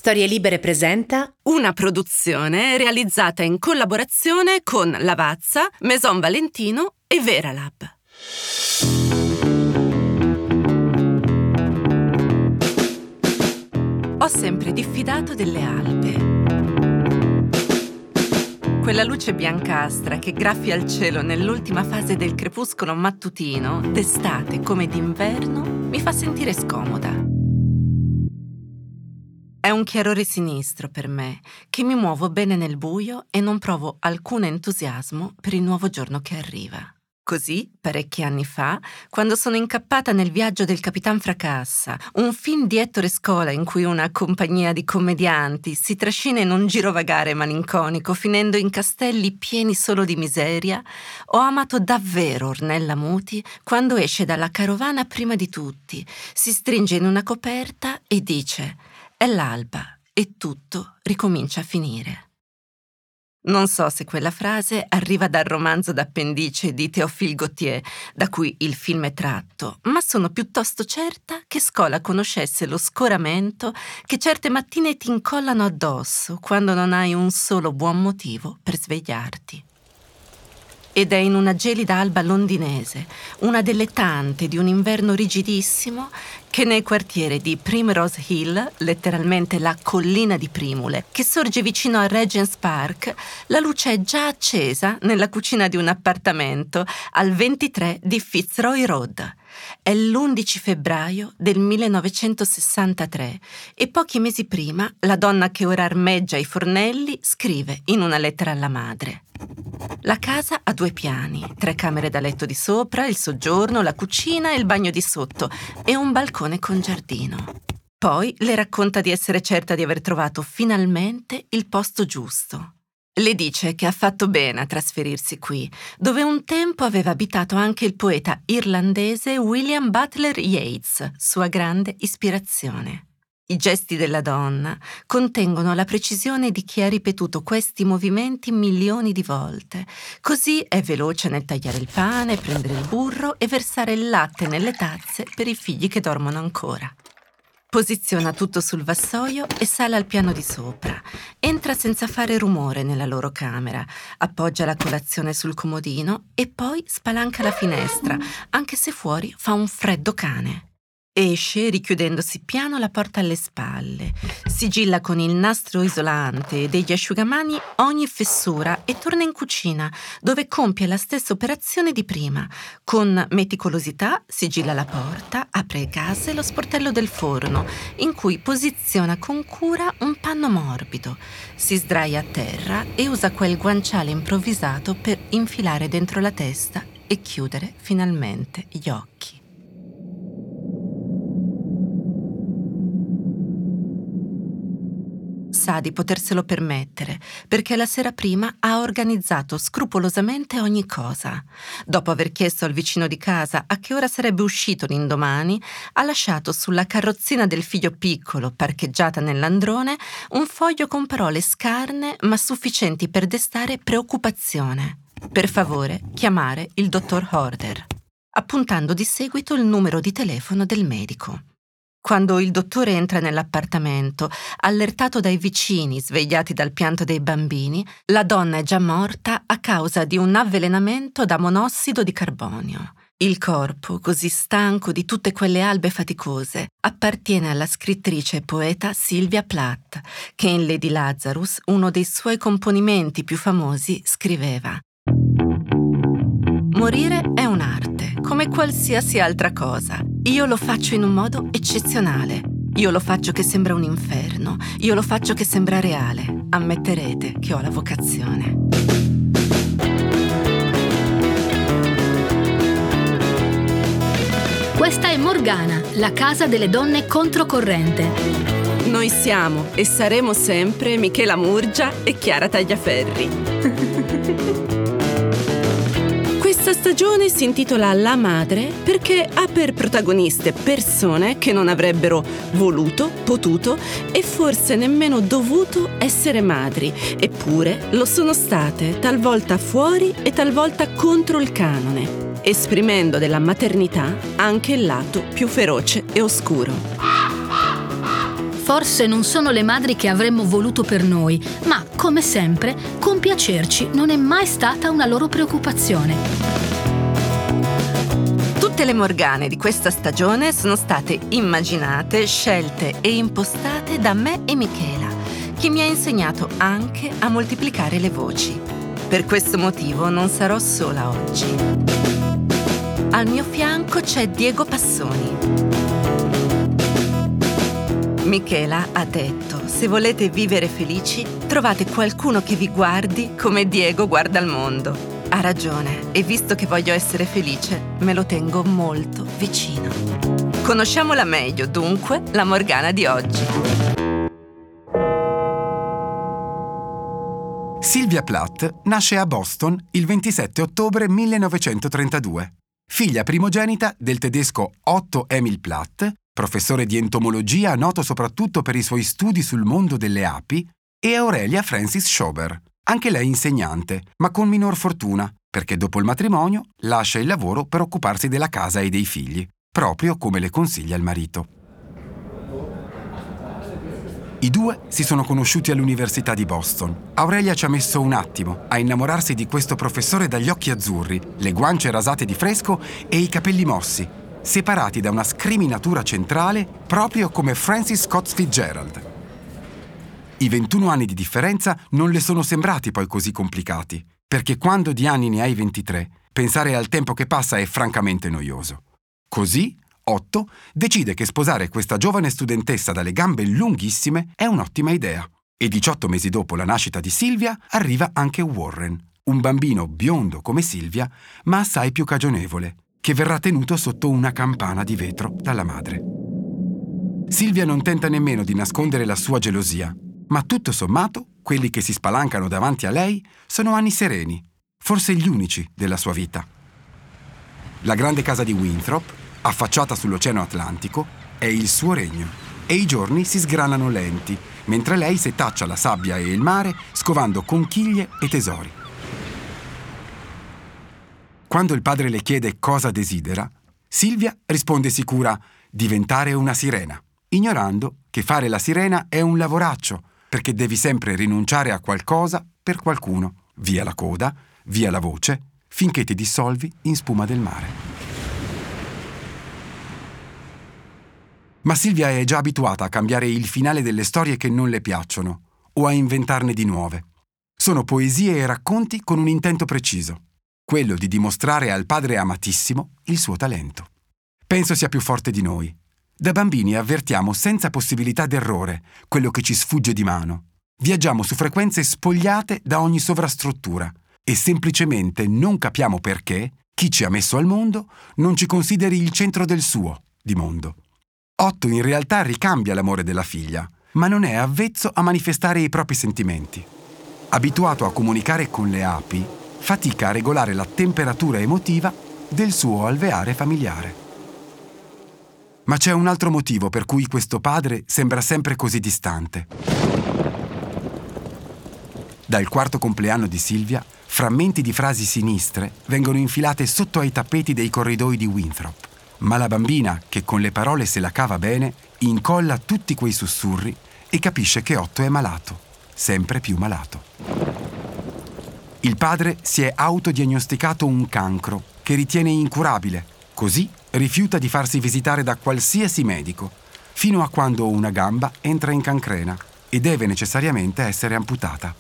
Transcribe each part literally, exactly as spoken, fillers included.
Storie Libere presenta una produzione realizzata in collaborazione con Lavazza, Maison Valentino e Veralab. Ho sempre diffidato delle Alpi. Quella luce biancastra che graffia il cielo nell'ultima fase del crepuscolo mattutino, d'estate come d'inverno, mi fa sentire scomoda. È un chiarore sinistro per me, che mi muovo bene nel buio e non provo alcun entusiasmo per il nuovo giorno che arriva. Così, parecchi anni fa, quando sono incappata nel Viaggio del Capitan Fracassa, un film di Ettore Scola in cui una compagnia di commedianti si trascina in un girovagare malinconico finendo in castelli pieni solo di miseria, ho amato davvero Ornella Muti quando esce dalla carovana prima di tutti, si stringe in una coperta e dice: «È l'alba e tutto ricomincia a finire». Non so se quella frase arriva dal romanzo d'appendice di Théophile Gautier, da cui il film è tratto, ma sono piuttosto certa che Scola conoscesse lo scoramento che certe mattine ti incollano addosso quando non hai un solo buon motivo per svegliarti. Ed è in una gelida alba londinese, una delle tante di un inverno rigidissimo, che nel quartiere di Primrose Hill, letteralmente la collina di Primule, che sorge vicino a Regent's Park, la luce è già accesa nella cucina di un appartamento al ventitré di Fitzroy Road. È l'undici febbraio del millenovecentosessantatré e pochi mesi prima la donna che ora armeggia i fornelli scrive in una lettera alla madre: «La casa ha due piani, tre camere da letto di sopra, il soggiorno, la cucina e il bagno di sotto e un balcone con giardino». Poi le racconta di essere certa di aver trovato finalmente il posto giusto. Le dice che ha fatto bene a trasferirsi qui, dove un tempo aveva abitato anche il poeta irlandese William Butler Yeats, sua grande ispirazione. I gesti della donna contengono la precisione di chi ha ripetuto questi movimenti milioni di volte. Così è veloce nel tagliare il pane, prendere il burro e versare il latte nelle tazze per i figli che dormono ancora. Posiziona tutto sul vassoio e sale al piano di sopra. Entra senza fare rumore nella loro camera, appoggia la colazione sul comodino e poi spalanca la finestra, anche se fuori fa un freddo cane. Esce richiudendosi piano la porta alle spalle, sigilla con il nastro isolante e degli asciugamani ogni fessura e torna in cucina, dove compie la stessa operazione di prima. Con meticolosità sigilla la porta, apre il gas e lo sportello del forno, in cui posiziona con cura un panno morbido. Si sdraia a terra e usa quel guanciale improvvisato per infilare dentro la testa e chiudere finalmente gli occhi. Sa di poterselo permettere, perché la sera prima ha organizzato scrupolosamente ogni cosa. Dopo aver chiesto al vicino di casa a che ora sarebbe uscito l'indomani, ha lasciato sulla carrozzina del figlio piccolo, parcheggiata nell'androne, un foglio con parole scarne ma sufficienti per destare preoccupazione. Per favore, chiamare il dottor Horder, appuntando di seguito il numero di telefono del medico. Quando il dottore entra nell'appartamento, allertato dai vicini svegliati dal pianto dei bambini, la donna è già morta a causa di un avvelenamento da monossido di carbonio. Il corpo, così stanco di tutte quelle albe faticose, appartiene alla scrittrice e poeta Sylvia Plath, che in Lady Lazarus, uno dei suoi componimenti più famosi, scriveva: «Morire è un'arte, come qualsiasi altra cosa. Io lo faccio in un modo eccezionale. Io lo faccio che sembra un inferno. Io lo faccio che sembra reale. Ammetterete che ho la vocazione». Questa è Morgana, la casa delle donne controcorrente. Noi siamo e saremo sempre Michela Murgia e Chiara Tagliaferri. Questa stagione si intitola La Madre perché ha per protagoniste persone che non avrebbero voluto, potuto e forse nemmeno dovuto essere madri, eppure lo sono state, talvolta fuori e talvolta contro il canone, esprimendo della maternità anche il lato più feroce e oscuro. Forse non sono le madri che avremmo voluto per noi, ma, come sempre, compiacerci non è mai stata una loro preoccupazione. Tutte le Morgane di questa stagione sono state immaginate, scelte e impostate da me e Michela, che mi ha insegnato anche a moltiplicare le voci. Per questo motivo non sarò sola oggi. Al mio fianco c'è Diego Passoni. Michela ha detto: se volete vivere felici, trovate qualcuno che vi guardi come Diego guarda il mondo. Ha ragione, e visto che voglio essere felice, me lo tengo molto vicino. Conosciamola meglio, dunque, la Morgana di oggi. Sylvia Plath nasce a Boston il ventisette ottobre millenovecentotrentadue, figlia primogenita del tedesco Otto Emil Plath, professore di entomologia noto soprattutto per i suoi studi sul mondo delle api, e Aurelia Frances Schober, anche lei insegnante, ma con minor fortuna, perché dopo il matrimonio lascia il lavoro per occuparsi della casa e dei figli, proprio come le consiglia il marito. I due si sono conosciuti all'Università di Boston. Aurelia ci ha messo un attimo a innamorarsi di questo professore dagli occhi azzurri, le guance rasate di fresco e i capelli mossi, separati da una scriminatura centrale proprio come Francis Scott Fitzgerald. I ventuno anni di differenza non le sono sembrati poi così complicati, perché quando di anni ne hai ventitré, pensare al tempo che passa è francamente noioso. Così Otto decide che sposare questa giovane studentessa dalle gambe lunghissime è un'ottima idea. E diciotto mesi dopo la nascita di Sylvia arriva anche Warren, un bambino biondo come Sylvia, ma assai più cagionevole, che verrà tenuto sotto una campana di vetro dalla madre. Sylvia non tenta nemmeno di nascondere la sua gelosia, ma tutto sommato, quelli che si spalancano davanti a lei sono anni sereni, forse gli unici della sua vita. La grande casa di Winthrop, affacciata sull'Oceano Atlantico, è il suo regno, e i giorni si sgranano lenti, mentre lei setaccia la sabbia e il mare scovando conchiglie e tesori. Quando il padre le chiede cosa desidera, Sylvia risponde sicura: diventare una sirena, ignorando che fare la sirena è un lavoraccio, perché devi sempre rinunciare a qualcosa per qualcuno, via la coda, via la voce, finché ti dissolvi in spuma del mare. Ma Sylvia è già abituata a cambiare il finale delle storie che non le piacciono, o a inventarne di nuove. Sono poesie e racconti con un intento preciso, quello di dimostrare al padre amatissimo il suo talento. Penso sia più forte di noi. Da bambini avvertiamo senza possibilità d'errore quello che ci sfugge di mano. Viaggiamo su frequenze spogliate da ogni sovrastruttura e semplicemente non capiamo perché chi ci ha messo al mondo non ci consideri il centro del suo di mondo. Otto in realtà ricambia l'amore della figlia, ma non è avvezzo a manifestare i propri sentimenti. Abituato a comunicare con le api, fatica a regolare la temperatura emotiva del suo alveare familiare. Ma c'è un altro motivo per cui questo padre sembra sempre così distante. Dal quarto compleanno di Sylvia, frammenti di frasi sinistre vengono infilate sotto ai tappeti dei corridoi di Winthrop. Ma la bambina, che con le parole se la cava bene, incolla tutti quei sussurri e capisce che Otto è malato, sempre più malato. Il padre si è autodiagnosticato un cancro che ritiene incurabile, così rifiuta di farsi visitare da qualsiasi medico, fino a quando una gamba entra in cancrena e deve necessariamente essere amputata.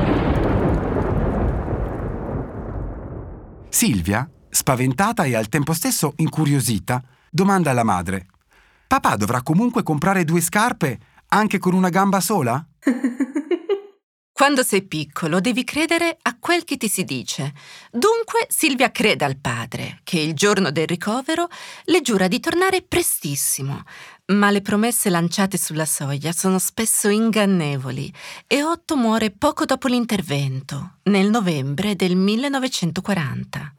Sylvia, spaventata e al tempo stesso incuriosita, domanda alla madre: «Papà dovrà comunque comprare due scarpe anche con una gamba sola?» Quando sei piccolo devi credere a quel che ti si dice. Dunque Sylvia crede al padre, che il giorno del ricovero le giura di tornare prestissimo. Ma le promesse lanciate sulla soglia sono spesso ingannevoli e Otto muore poco dopo l'intervento, nel novembre del millenovecentoquaranta.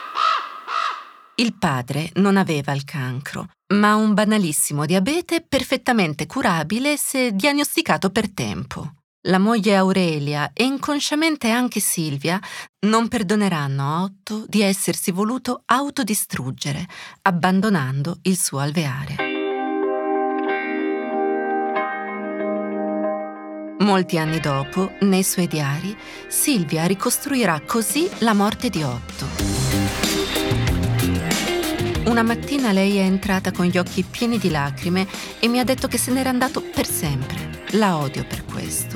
Il padre non aveva il cancro, ma un banalissimo diabete perfettamente curabile se diagnosticato per tempo. La moglie Aurelia e inconsciamente anche Sylvia non perdoneranno a Otto di essersi voluto autodistruggere, abbandonando il suo alveare. Molti anni dopo, nei suoi diari, Silvia ricostruirà così la morte di Otto. Una mattina lei è entrata con gli occhi pieni di lacrime e mi ha detto che se n'era andato per sempre. La odio per questo.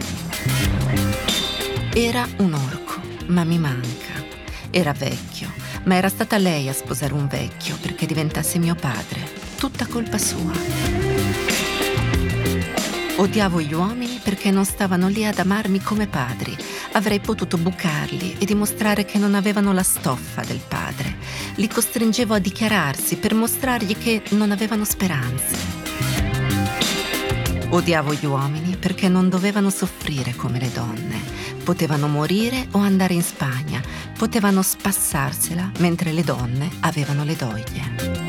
Era un orco, ma mi manca. Era vecchio, ma era stata lei a sposare un vecchio perché diventasse mio padre. Tutta colpa sua. Odiavo gli uomini perché non stavano lì ad amarmi come padri. Avrei potuto bucarli e dimostrare che non avevano la stoffa del padre. Li costringevo a dichiararsi per mostrargli che non avevano speranze. Odiavo gli uomini perché non dovevano soffrire come le donne. Potevano morire o andare in Spagna. Potevano spassarsela mentre le donne avevano le doglie.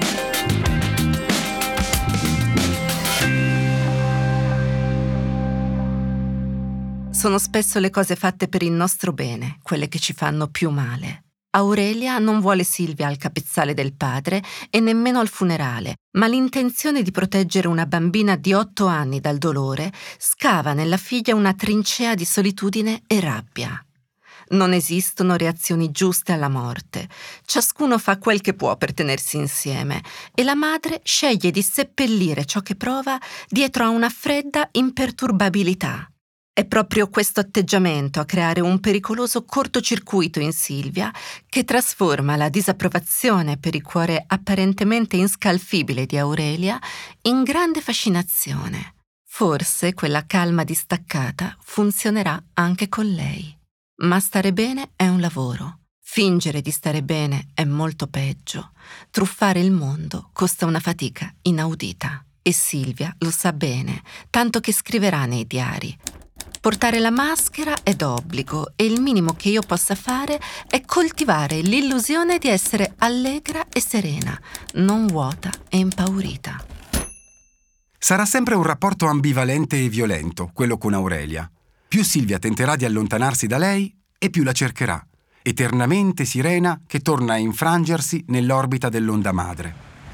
Sono spesso le cose fatte per il nostro bene, quelle che ci fanno più male. Aurelia non vuole Silvia al capezzale del padre e nemmeno al funerale, ma l'intenzione di proteggere una bambina di otto anni dal dolore scava nella figlia una trincea di solitudine e rabbia. Non esistono reazioni giuste alla morte. Ciascuno fa quel che può per tenersi insieme e la madre sceglie di seppellire ciò che prova dietro a una fredda imperturbabilità. È proprio questo atteggiamento a creare un pericoloso cortocircuito in Silvia che trasforma la disapprovazione per il cuore apparentemente inscalfibile di Aurelia in grande fascinazione. Forse quella calma distaccata funzionerà anche con lei. Ma stare bene è un lavoro. Fingere di stare bene è molto peggio. Truffare il mondo costa una fatica inaudita. E Silvia lo sa bene, tanto che scriverà nei diari. Portare la maschera è d'obbligo e il minimo che io possa fare è coltivare l'illusione di essere allegra e serena, non vuota e impaurita. Sarà sempre un rapporto ambivalente e violento, quello con Aurelia. Più Silvia tenterà di allontanarsi da lei e più la cercherà, eternamente sirena che torna a infrangersi nell'orbita dell'onda madre.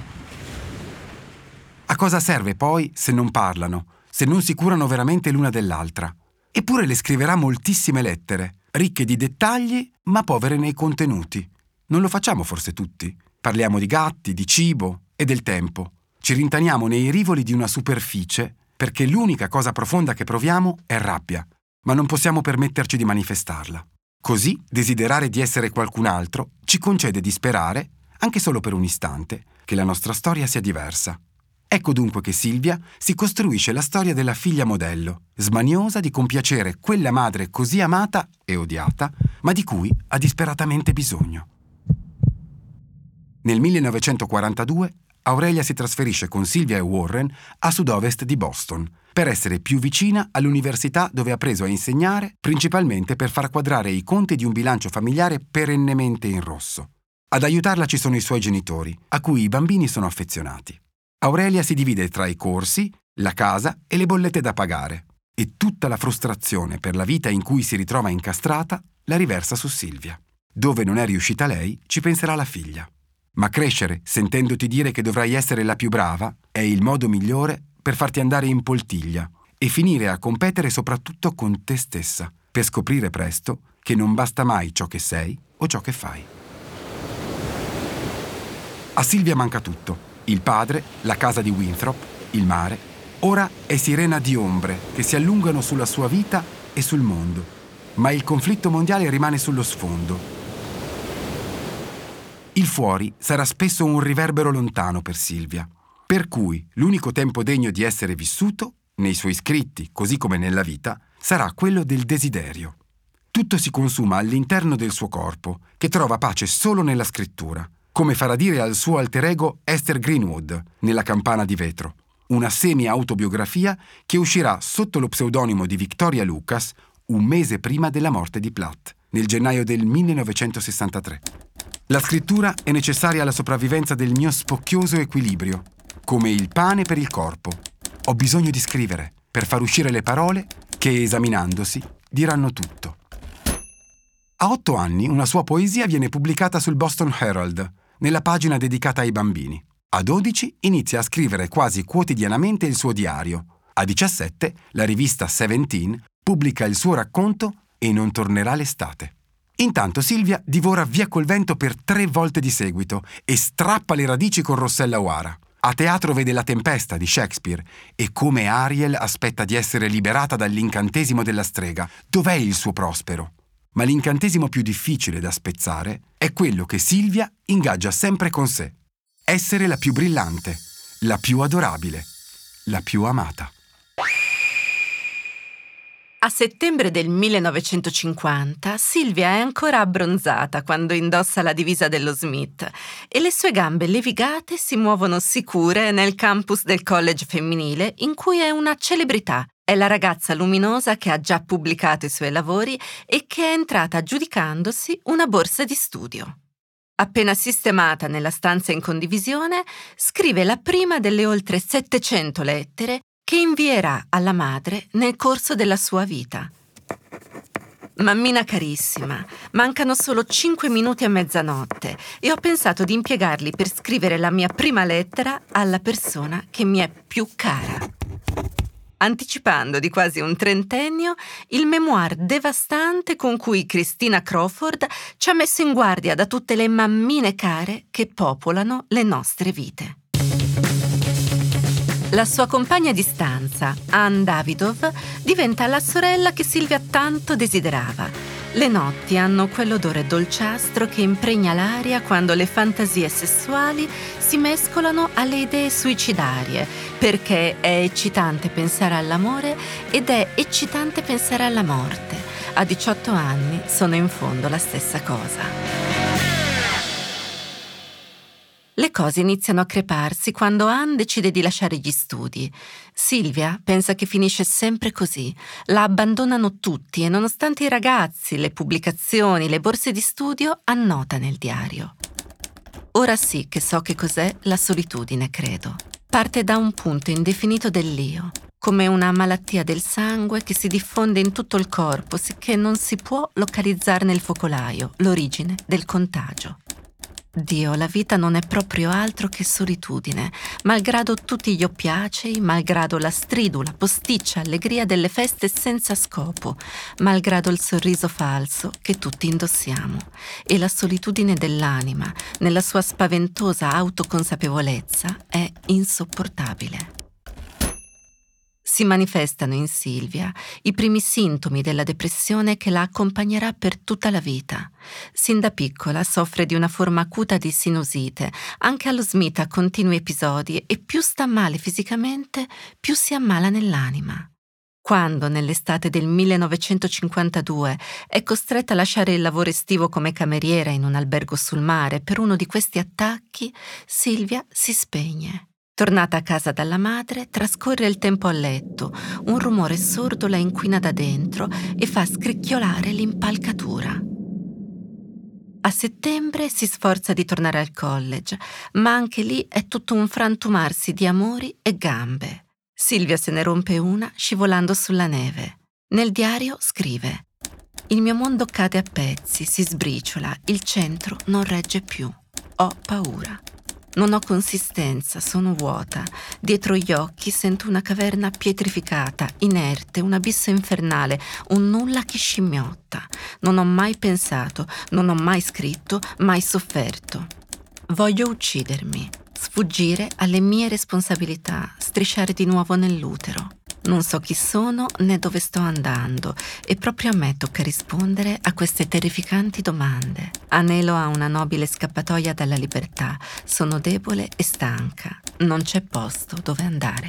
A cosa serve poi se non parlano, se non si curano veramente l'una dell'altra? Eppure le scriverà moltissime lettere, ricche di dettagli ma povere nei contenuti. Non lo facciamo forse tutti? Parliamo di gatti, di cibo e del tempo. Ci rintaniamo nei rivoli di una superficie perché l'unica cosa profonda che proviamo è rabbia, ma non possiamo permetterci di manifestarla. Così desiderare di essere qualcun altro ci concede di sperare, anche solo per un istante, che la nostra storia sia diversa. Ecco dunque che Silvia si costruisce la storia della figlia modello, smaniosa di compiacere quella madre così amata e odiata, ma di cui ha disperatamente bisogno. Nel millenovecentoquarantadue Aurelia si trasferisce con Silvia e Warren a sud-ovest di Boston, per essere più vicina all'università dove ha preso a insegnare, principalmente per far quadrare i conti di un bilancio familiare perennemente in rosso. Ad aiutarla ci sono i suoi genitori, a cui i bambini sono affezionati. Aurelia si divide tra i corsi, la casa e le bollette da pagare e tutta la frustrazione per la vita in cui si ritrova incastrata la riversa su Silvia. Dove non è riuscita lei, ci penserà la figlia. Ma crescere sentendoti dire che dovrai essere la più brava è il modo migliore per farti andare in poltiglia e finire a competere soprattutto con te stessa, per scoprire presto che non basta mai ciò che sei o ciò che fai. A Silvia manca tutto. Il padre, la casa di Winthrop, il mare. Ora è sirena di ombre che si allungano sulla sua vita e sul mondo. Ma il conflitto mondiale rimane sullo sfondo. Il fuori sarà spesso un riverbero lontano per Silvia, per cui l'unico tempo degno di essere vissuto, nei suoi scritti così come nella vita, sarà quello del desiderio. Tutto si consuma all'interno del suo corpo, che trova pace solo nella scrittura, come farà dire al suo alter ego Esther Greenwood nella Campana di vetro, una semi-autobiografia che uscirà sotto lo pseudonimo di Victoria Lucas un mese prima della morte di Platt, nel gennaio del millenovecentosessantatré. La scrittura è necessaria alla sopravvivenza del mio spocchioso equilibrio, come il pane per il corpo. Ho bisogno di scrivere per far uscire le parole che, esaminandosi, diranno tutto. A otto anni una sua poesia viene pubblicata sul Boston Herald, nella pagina dedicata ai bambini. A dodici inizia a scrivere quasi quotidianamente il suo diario. A diciassette la rivista Seventeen pubblica il suo racconto e non tornerà l'estate. Intanto Silvia divora Via col vento per tre volte di seguito e strappa le radici con Rossella O'Hara. A teatro vede La tempesta di Shakespeare e come Ariel aspetta di essere liberata dall'incantesimo della strega. Dov'è il suo Prospero? Ma l'incantesimo più difficile da spezzare è quello che Silvia ingaggia sempre con sé. Essere la più brillante, la più adorabile, la più amata. A settembre del millenovecentocinquanta, Silvia è ancora abbronzata quando indossa la divisa dello Smith e le sue gambe levigate si muovono sicure nel campus del college femminile in cui è una celebrità. È la ragazza luminosa che ha già pubblicato i suoi lavori e che è entrata aggiudicandosi una borsa di studio. Appena sistemata nella stanza in condivisione, scrive la prima delle oltre settecento lettere che invierà alla madre nel corso della sua vita. Mammina carissima, mancano solo cinque minuti a mezzanotte e ho pensato di impiegarli per scrivere la mia prima lettera alla persona che mi è più cara. Anticipando di quasi un trentennio il memoir devastante con cui Christina Crawford ci ha messo in guardia da tutte le mammine care che popolano le nostre vite. La sua compagna di stanza, Ann Davidov, diventa la sorella che Silvia tanto desiderava. Le notti hanno quell'odore dolciastro che impregna l'aria quando le fantasie sessuali si mescolano alle idee suicidarie, perché è eccitante pensare all'amore ed è eccitante pensare alla morte. A diciotto anni sono in fondo la stessa cosa. Le cose iniziano a creparsi quando Ann decide di lasciare gli studi. Silvia pensa che finisce sempre così. La abbandonano tutti e nonostante i ragazzi, le pubblicazioni, le borse di studio, annota nel diario. Ora sì che so che cos'è la solitudine, credo. Parte da un punto indefinito dell'io, come una malattia del sangue che si diffonde in tutto il corpo, sicché non si può localizzarne il focolaio, l'origine del contagio. Dio, la vita non è proprio altro che solitudine, malgrado tutti gli oppiacei, malgrado la stridula, posticcia allegria delle feste senza scopo, malgrado il sorriso falso che tutti indossiamo. E la solitudine dell'anima, nella sua spaventosa autoconsapevolezza, è insopportabile. Si manifestano in Silvia i primi sintomi della depressione che la accompagnerà per tutta la vita. Sin da piccola soffre di una forma acuta di sinusite, anche allo Smith ha continui episodi e più sta male fisicamente, più si ammala nell'anima. Quando, nell'estate del millenovecentocinquantadue, è costretta a lasciare il lavoro estivo come cameriera in un albergo sul mare per uno di questi attacchi, Silvia si spegne. Tornata a casa dalla madre, trascorre il tempo a letto. Un rumore sordo la inquina da dentro e fa scricchiolare l'impalcatura. A settembre si sforza di tornare al college, ma anche lì è tutto un frantumarsi di amori e gambe. Silvia se ne rompe una scivolando sulla neve. Nel diario scrive: «Il mio mondo cade a pezzi, si sbriciola, il centro non regge più. Ho paura. Non ho consistenza, sono vuota. Dietro gli occhi sento una caverna pietrificata, inerte, un abisso infernale, un nulla che scimmiotta. Non ho mai pensato, non ho mai scritto, mai sofferto. Voglio uccidermi, sfuggire alle mie responsabilità, strisciare di nuovo nell'utero. Non so chi sono né dove sto andando e proprio a me tocca rispondere a queste terrificanti domande. Anelo a una nobile scappatoia dalla libertà. Sono debole e stanca. Non c'è posto dove andare».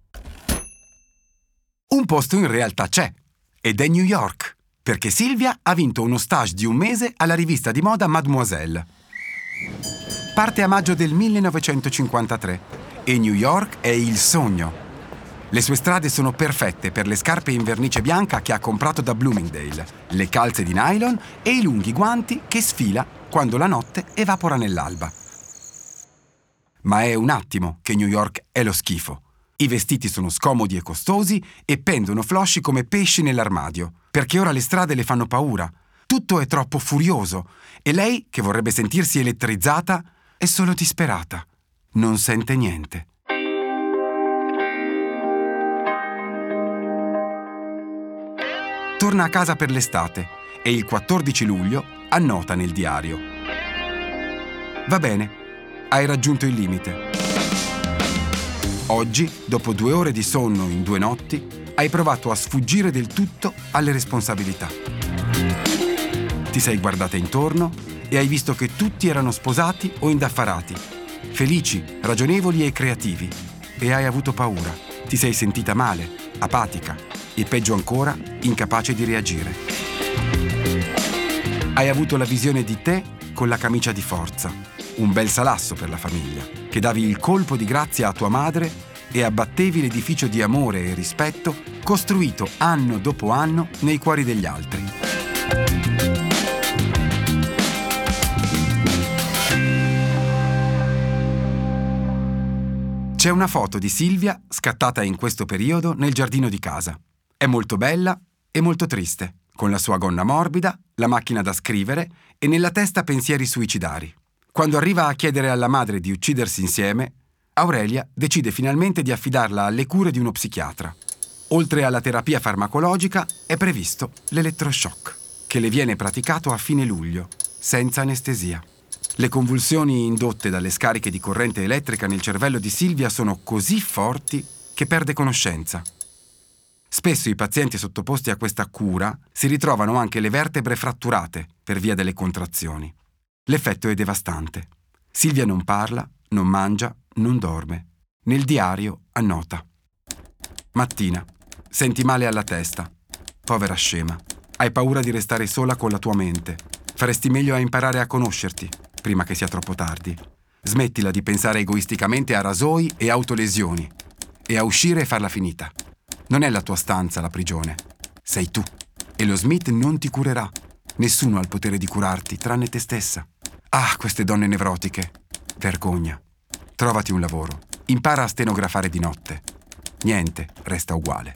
Un posto in realtà c'è, ed è New York, perché Silvia ha vinto uno stage di un mese alla rivista di moda Mademoiselle. Parte a maggio del millenovecentocinquantatré e New York è il sogno. Le sue strade sono perfette per le scarpe in vernice bianca che ha comprato da Bloomingdale, le calze di nylon e i lunghi guanti che sfila quando la notte evapora nell'alba. Ma è un attimo che New York è lo schifo. I vestiti sono scomodi e costosi e pendono flosci come pesci nell'armadio, perché ora le strade le fanno paura. Tutto è troppo furioso e lei, che vorrebbe sentirsi elettrizzata, è solo disperata. Non sente niente. torna a casa per l'estate e il quattordici luglio annota nel diario: va bene, hai raggiunto il limite. Oggi, dopo due ore di sonno in due notti, hai provato a sfuggire del tutto alle responsabilità. Ti sei guardata intorno e hai visto che tutti erano sposati o indaffarati, felici, ragionevoli e creativi, e hai avuto paura. Ti sei sentita male, apatica e, peggio ancora, incapace di reagire. Hai avuto la visione di te con la camicia di forza, un bel salasso per la famiglia, che davi il colpo di grazia a tua madre e abbattevi l'edificio di amore e rispetto costruito anno dopo anno nei cuori degli altri. C'è una foto di Silvia scattata in questo periodo nel giardino di casa. È molto bella e molto triste, con la sua gonna morbida, la macchina da scrivere e nella testa pensieri suicidari. Quando arriva a chiedere alla madre di uccidersi insieme, Aurelia decide finalmente di affidarla alle cure di uno psichiatra. Oltre alla terapia farmacologica è previsto l'elettroshock, che le viene praticato a fine luglio, senza anestesia. Le convulsioni indotte dalle scariche di corrente elettrica nel cervello di Silvia sono così forti che perde conoscenza. Spesso i pazienti sottoposti a questa cura si ritrovano anche le vertebre fratturate per via delle contrazioni. L'effetto è devastante. Silvia non parla, non mangia, non dorme. Nel diario annota: mattina, senti male alla testa. Povera scema, hai paura di restare sola con la tua mente. Faresti meglio a imparare a conoscerti prima che sia troppo tardi. Smettila di pensare egoisticamente a rasoi e autolesioni e a uscire e farla finita. Non è la tua stanza la prigione, sei tu. E lo Smith non ti curerà. Nessuno ha il potere di curarti, tranne te stessa. Ah, queste donne nevrotiche. Vergogna. Trovati un lavoro. Impara a stenografare di notte. Niente resta uguale.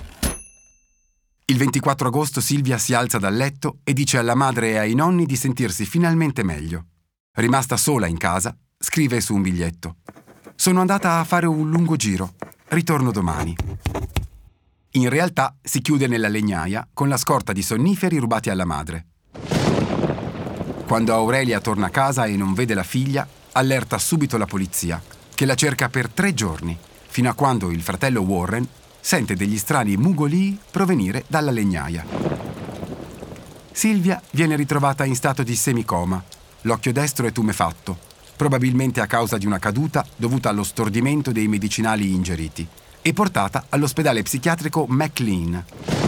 Il ventiquattro agosto Silvia si alza dal letto e dice alla madre e ai nonni di sentirsi finalmente meglio. Rimasta sola in casa, scrive su un biglietto: sono andata a fare un lungo giro. Ritorno domani. In realtà si chiude nella legnaia con la scorta di sonniferi rubati alla madre. Quando Aurelia torna a casa e non vede la figlia, allerta subito la polizia, che la cerca per tre giorni, fino a quando il fratello Warren sente degli strani mugolii provenire dalla legnaia. Silvia viene ritrovata in stato di semicoma, l'occhio destro è tumefatto, probabilmente a causa di una caduta dovuta allo stordimento dei medicinali ingeriti, e portata all'ospedale psichiatrico McLean.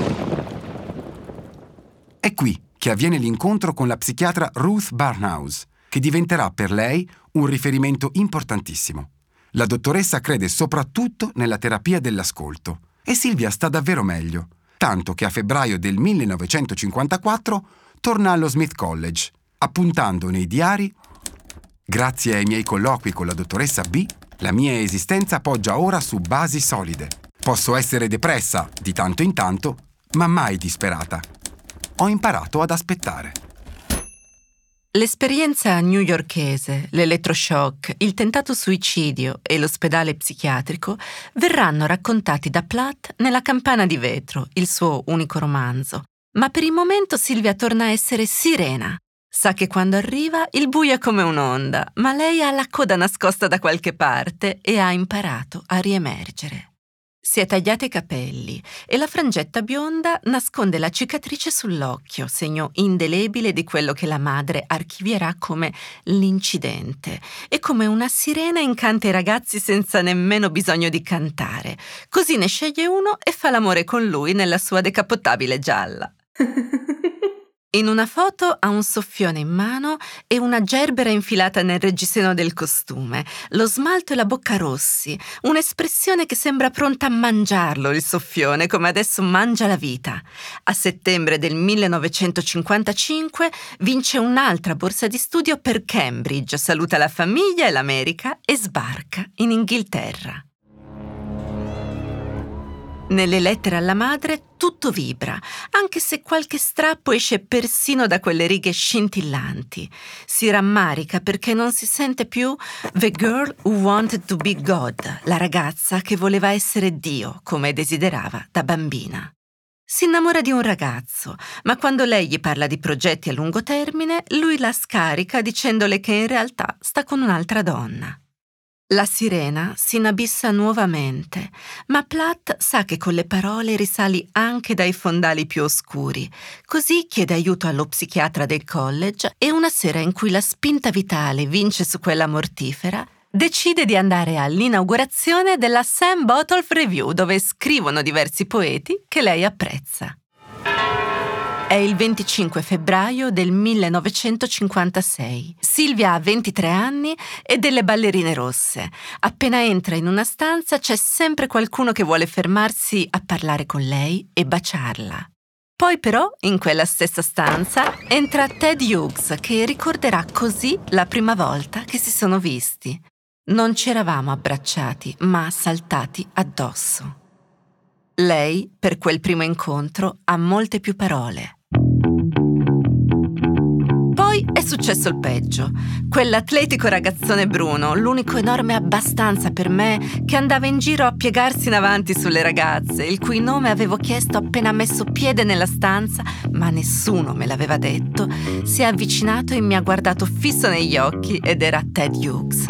È qui che avviene l'incontro con la psichiatra Ruth Barnhouse, che diventerà per lei un riferimento importantissimo. La dottoressa crede soprattutto nella terapia dell'ascolto e Silvia sta davvero meglio, tanto che a febbraio del millenovecentocinquantaquattro torna allo Smith College, appuntando nei diari: grazie ai miei colloqui con la dottoressa B, la mia esistenza poggia ora su basi solide. Posso essere depressa di tanto in tanto, ma mai disperata. Ho imparato ad aspettare. L'esperienza newyorkese, l'elettroshock, il tentato suicidio e l'ospedale psichiatrico verranno raccontati da Plath nella Campana di vetro, il suo unico romanzo. Ma per il momento Silvia torna a essere sirena. Sa che quando arriva il buio è come un'onda, ma lei ha la coda nascosta da qualche parte e ha imparato a riemergere. Si è tagliata i capelli e la frangetta bionda nasconde la cicatrice sull'occhio, segno indelebile di quello che la madre archivierà come l'incidente, e come una sirena incanta i ragazzi senza nemmeno bisogno di cantare. Così ne sceglie uno e fa l'amore con lui nella sua decappottabile gialla. In una foto ha un soffione in mano e una gerbera infilata nel reggiseno del costume, lo smalto e la bocca rossi, un'espressione che sembra pronta a mangiarlo il soffione, come adesso mangia la vita. A settembre del millenovecentocinquantacinque vince un'altra borsa di studio per Cambridge, saluta la famiglia e l'America e sbarca in Inghilterra. Nelle lettere alla madre tutto vibra, anche se qualche strappo esce persino da quelle righe scintillanti. Si rammarica perché non si sente più The girl who wanted to be God, la ragazza che voleva essere Dio, come desiderava da bambina. Si innamora di un ragazzo, ma quando lei gli parla di progetti a lungo termine, lui la scarica dicendole che in realtà sta con un'altra donna. La sirena si inabissa nuovamente, ma Platt sa che con le parole risali anche dai fondali più oscuri, così chiede aiuto allo psichiatra del college e una sera in cui la spinta vitale vince su quella mortifera, decide di andare all'inaugurazione della Sam Botolph Review, dove scrivono diversi poeti che lei apprezza. È il venticinque febbraio del millenovecentocinquantasei. Silvia ha ventitré anni e delle ballerine rosse. Appena entra in una stanza c'è sempre qualcuno che vuole fermarsi a parlare con lei e baciarla. Poi però, in quella stessa stanza, entra Ted Hughes, che ricorderà così la prima volta che si sono visti. Non ci eravamo abbracciati, ma saltati addosso. Lei, per quel primo incontro, ha molte più parole. Poi è successo il peggio. Quell'atletico ragazzone bruno, l'unico enorme abbastanza per me, che andava in giro a piegarsi in avanti sulle ragazze, il cui nome avevo chiesto appena messo piede nella stanza, ma nessuno me l'aveva detto, si è avvicinato e mi ha guardato fisso negli occhi ed era Ted Hughes.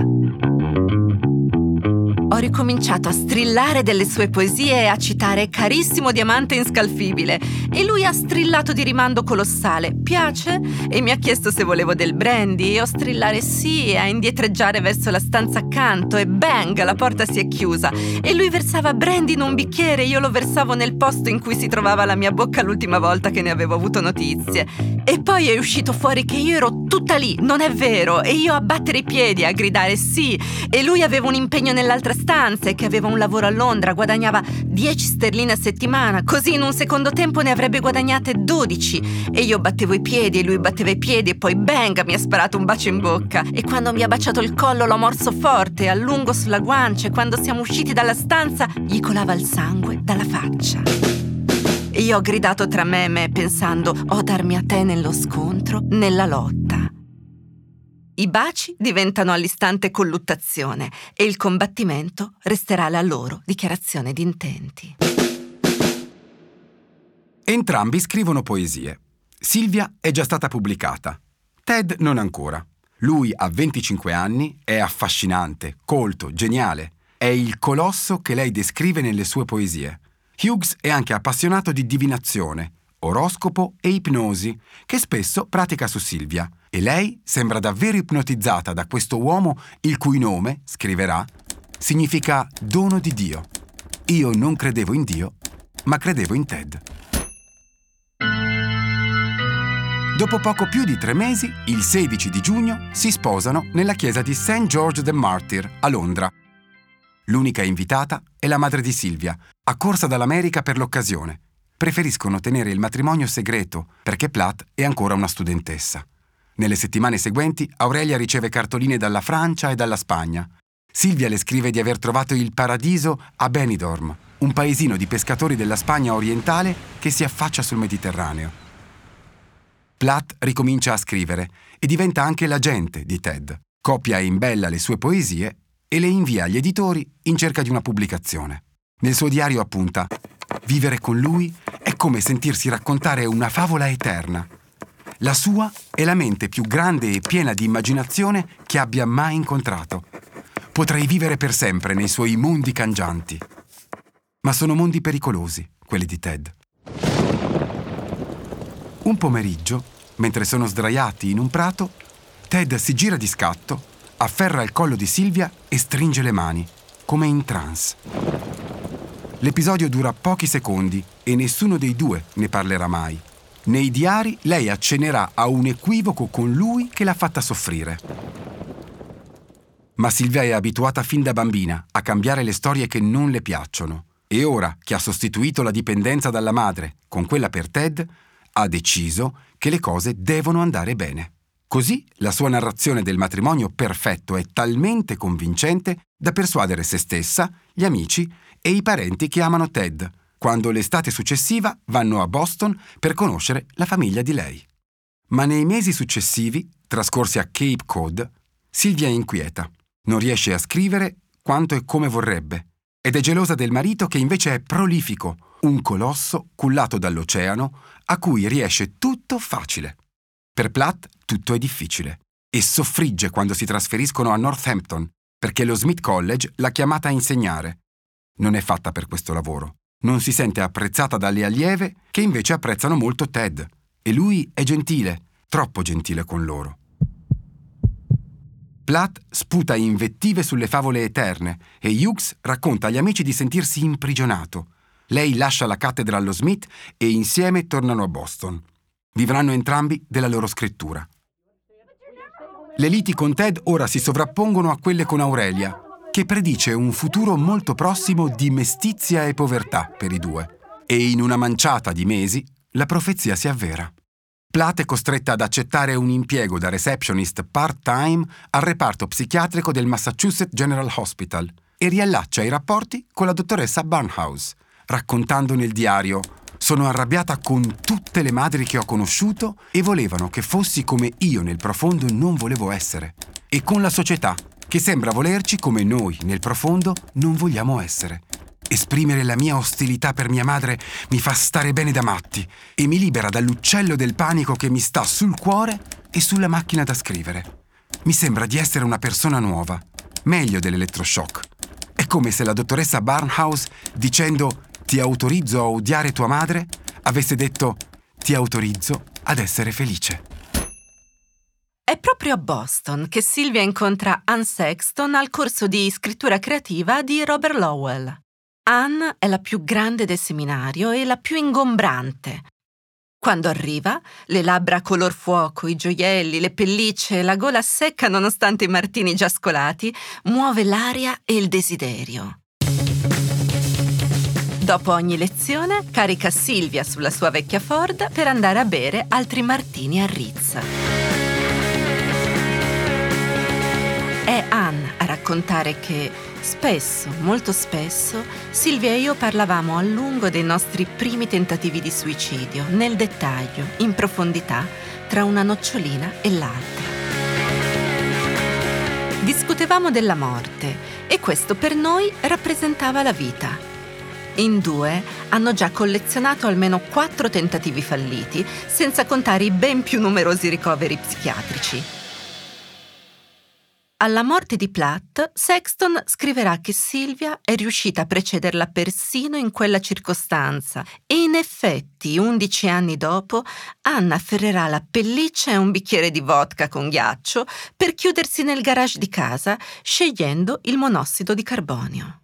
Ho ricominciato a strillare delle sue poesie e a citare Carissimo diamante inscalfibile e lui ha strillato di rimando colossale Piace? E mi ha chiesto se volevo del brandy e ho strillare sì e a indietreggiare verso la stanza accanto e bang, la porta si è chiusa e lui versava brandy in un bicchiere e io lo versavo nel posto in cui si trovava la mia bocca l'ultima volta che ne avevo avuto notizie. E poi è uscito fuori che io ero tutta lì, non è vero, e io a battere i piedi, a gridare sì, e lui aveva un impegno nell'altra stanza e che aveva un lavoro a Londra, guadagnava dieci sterline a settimana, così in un secondo tempo ne avrebbe guadagnate dodici, e io battevo i piedi e lui batteva i piedi e poi bang, mi ha sparato un bacio in bocca e quando mi ha baciato il collo l'ho morso forte, a lungo sulla guancia e quando siamo usciti dalla stanza gli colava il sangue dalla faccia. E io ho gridato tra me e me pensando o darmi a te nello scontro, nella lotta. I baci diventano all'istante colluttazione e il combattimento resterà la loro dichiarazione di intenti. Entrambi scrivono poesie. Silvia è già stata pubblicata. Ted non ancora. Lui ha venticinque anni, è affascinante, colto, geniale. È il colosso che lei descrive nelle sue poesie. Hughes è anche appassionato di divinazione, oroscopo e ipnosi, che spesso pratica su Silvia. E lei sembra davvero ipnotizzata da questo uomo il cui nome, scriverà, significa dono di Dio. Io non credevo in Dio, ma credevo in Ted. Dopo poco più di tre mesi, il sedici di giugno, si sposano nella chiesa di Saint George the Martyr a Londra. L'unica invitata è la madre di Silvia, accorsa dall'America per l'occasione. Preferiscono tenere il matrimonio segreto perché Platt è ancora una studentessa. Nelle settimane seguenti, Aurelia riceve cartoline dalla Francia e dalla Spagna. Silvia le scrive di aver trovato il paradiso a Benidorm, un paesino di pescatori della Spagna orientale che si affaccia sul Mediterraneo. Platt ricomincia a scrivere e diventa anche l'agente di Ted. Copia e imbella le sue poesie e le invia agli editori in cerca di una pubblicazione. Nel suo diario appunta: vivere con lui è come sentirsi raccontare una favola eterna. La sua è la mente più grande e piena di immaginazione che abbia mai incontrato. Potrei vivere per sempre nei suoi mondi cangianti. Ma sono mondi pericolosi, quelli di Ted. Un pomeriggio, mentre sono sdraiati in un prato, Ted si gira di scatto, afferra il collo di Silvia e stringe le mani, come in trance. L'episodio dura pochi secondi e nessuno dei due ne parlerà mai. Nei diari lei accennerà a un equivoco con lui che l'ha fatta soffrire. Ma Silvia è abituata fin da bambina a cambiare le storie che non le piacciono e ora che ha sostituito la dipendenza dalla madre con quella per Ted, ha deciso che le cose devono andare bene. Così la sua narrazione del matrimonio perfetto è talmente convincente da persuadere se stessa, gli amici e i parenti che amano Ted, quando l'estate successiva vanno a Boston per conoscere la famiglia di lei. Ma nei mesi successivi, trascorsi a Cape Cod, Silvia è inquieta. Non riesce a scrivere quanto e come vorrebbe ed è gelosa del marito che invece è prolifico, un colosso cullato dall'oceano a cui riesce tutto facile. Per Platt tutto è difficile e soffrigge quando si trasferiscono a Northampton perché lo Smith College l'ha chiamata a insegnare. Non è fatta per questo lavoro. Non si sente apprezzata dalle allieve che invece apprezzano molto Ted e lui è gentile, troppo gentile con loro. Platt sputa invettive sulle favole eterne e Hughes racconta agli amici di sentirsi imprigionato. Lei lascia la cattedra allo Smith e insieme tornano a Boston. Vivranno entrambi della loro scrittura. Le liti con Ted ora si sovrappongono a quelle con Aurelia, che predice un futuro molto prossimo di mestizia e povertà per i due. E in una manciata di mesi la profezia si avvera. Platt è costretta ad accettare un impiego da receptionist part-time al reparto psichiatrico del Massachusetts General Hospital e riallaccia i rapporti con la dottoressa Barnhouse, raccontando nel diario: «Sono arrabbiata con tutte le madri che ho conosciuto e volevano che fossi come io nel profondo non volevo essere, e con la società che sembra volerci come noi nel profondo non vogliamo essere. Esprimere la mia ostilità per mia madre mi fa stare bene da matti e mi libera dall'uccello del panico che mi sta sul cuore e sulla macchina da scrivere. Mi sembra di essere una persona nuova, meglio dell'elettroshock. È come se la dottoressa Barnhouse, dicendo «ti autorizzo a odiare tua madre», avesse detto «ti autorizzo ad essere felice». È proprio a Boston che Sylvia incontra Anne Sexton al corso di scrittura creativa di Robert Lowell. Anne è la più grande del seminario e la più ingombrante. Quando arriva, le labbra color fuoco, i gioielli, le pellicce, la gola secca nonostante i martini già scolati, muove l'aria e il desiderio. Dopo ogni lezione, carica Sylvia sulla sua vecchia Ford per andare a bere altri martini a Ritz. È Anne a raccontare che spesso, molto spesso, Sylvia e io parlavamo a lungo dei nostri primi tentativi di suicidio, nel dettaglio, in profondità, tra una nocciolina e l'altra. Discutevamo della morte e questo per noi rappresentava la vita. In due hanno già collezionato almeno quattro tentativi falliti, senza contare i ben più numerosi ricoveri psichiatrici. Alla morte di Platt, Sexton scriverà che Sylvia è riuscita a precederla persino in quella circostanza e in effetti, undici anni dopo, Anna afferrerà la pelliccia e un bicchiere di vodka con ghiaccio per chiudersi nel garage di casa, scegliendo il monossido di carbonio.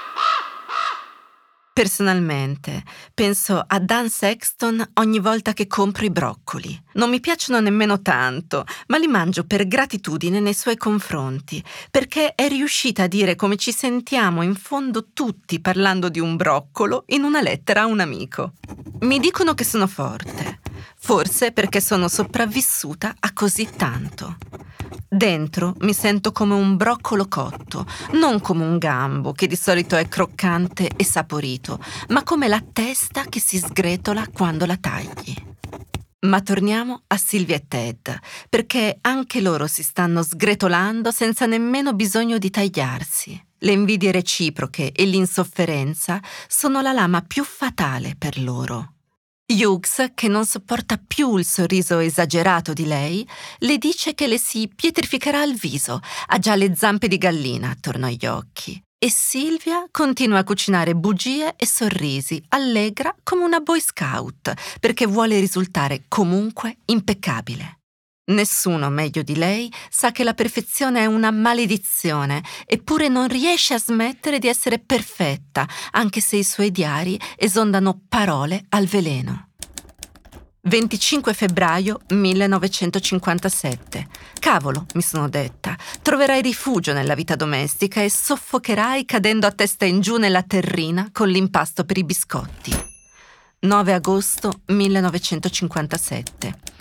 Personalmente, penso a Dan Sexton ogni volta che compro i broccoli. Non mi piacciono nemmeno tanto, ma li mangio per gratitudine nei suoi confronti, perché è riuscita a dire come ci sentiamo in fondo tutti parlando di un broccolo in una lettera a un amico. Mi dicono che sono forte, forse perché sono sopravvissuta a così tanto. Dentro mi sento come un broccolo cotto, non come un gambo che di solito è croccante e saporito, ma come la testa che si sgretola quando la tagli. Ma torniamo a Sylvia e Ted, perché anche loro si stanno sgretolando senza nemmeno bisogno di tagliarsi. Le invidie reciproche e l'insofferenza sono la lama più fatale per loro. Hughes, che non sopporta più il sorriso esagerato di lei, le dice che le si pietrificherà il viso, ha già le zampe di gallina attorno agli occhi. E Sylvia continua a cucinare bugie e sorrisi, allegra come una Boy Scout, perché vuole risultare comunque impeccabile. Nessuno meglio di lei sa che la perfezione è una maledizione, eppure non riesce a smettere di essere perfetta, anche se i suoi diari esondano parole al veleno. venticinque febbraio millenovecentocinquantasette. Cavolo, mi sono detta, troverai rifugio nella vita domestica e soffocherai cadendo a testa in giù nella terrina con l'impasto per i biscotti. nove agosto millenovecentocinquantasette.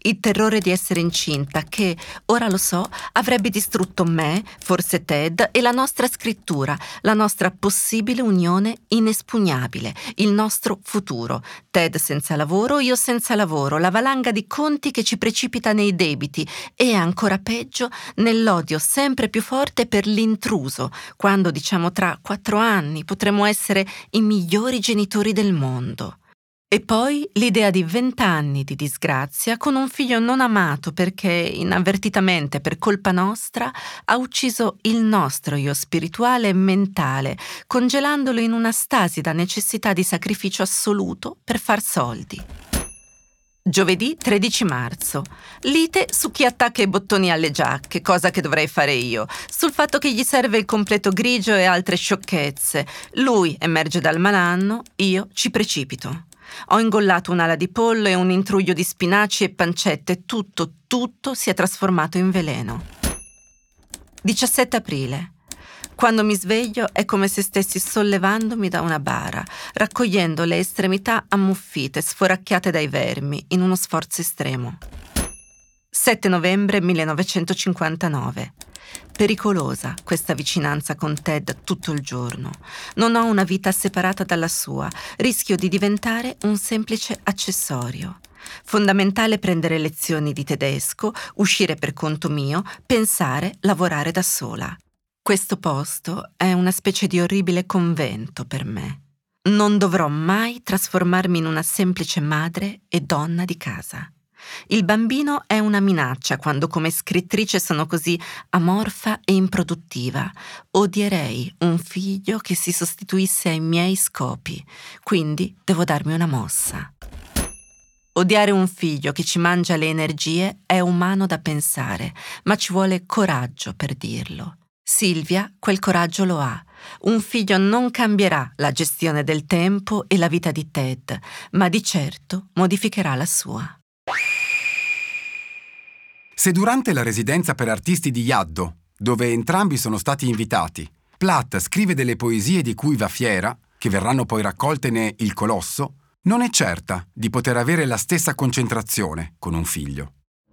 il terrore di essere incinta che, ora lo so, avrebbe distrutto me, forse Ted, e la nostra scrittura, la nostra possibile unione inespugnabile, il nostro futuro. Ted senza lavoro, io senza lavoro, la valanga di conti che ci precipita nei debiti e, ancora peggio, nell'odio sempre più forte per l'intruso, quando diciamo tra quattro anni potremo essere i migliori genitori del mondo. E poi l'idea di vent'anni di disgrazia con un figlio non amato perché, inavvertitamente per colpa nostra, ha ucciso il nostro io spirituale e mentale, congelandolo in una stasi da necessità di sacrificio assoluto per far soldi. Giovedì tredici marzo. Lite su chi attacca i bottoni alle giacche, cosa che dovrei fare io, sul fatto che gli serve il completo grigio e altre sciocchezze. Lui emerge dal malanno, io ci precipito. Ho ingollato un'ala di pollo e un intruglio di spinaci e pancette, tutto, tutto si è trasformato in veleno. diciassette aprile. Quando mi sveglio è come se stessi sollevandomi da una bara, raccogliendo le estremità ammuffite, sforacchiate dai vermi, in uno sforzo estremo. sette novembre millenovecentocinquantanove. Pericolosa questa vicinanza con Ted tutto il giorno. Non ho una vita separata dalla sua, rischio di diventare un semplice accessorio. Fondamentale prendere lezioni di tedesco, uscire per conto mio, pensare, lavorare da sola. Questo posto è una specie di orribile convento per me. Non dovrò mai trasformarmi in una semplice madre e donna di casa. Il bambino è una minaccia quando come scrittrice sono così amorfa e improduttiva. Odierei un figlio che si sostituisse ai miei scopi, quindi devo darmi una mossa. Odiare un figlio che ci mangia le energie è umano da pensare, ma ci vuole coraggio per dirlo. Silvia quel coraggio lo ha. Un figlio non cambierà la gestione del tempo e la vita di Ted, ma di certo modificherà la sua. Se durante la residenza per artisti di Yaddo, dove entrambi sono stati invitati, Plath scrive delle poesie di cui va fiera, che verranno poi raccolte ne Il Colosso, non è certa di poter avere la stessa concentrazione con un figlio.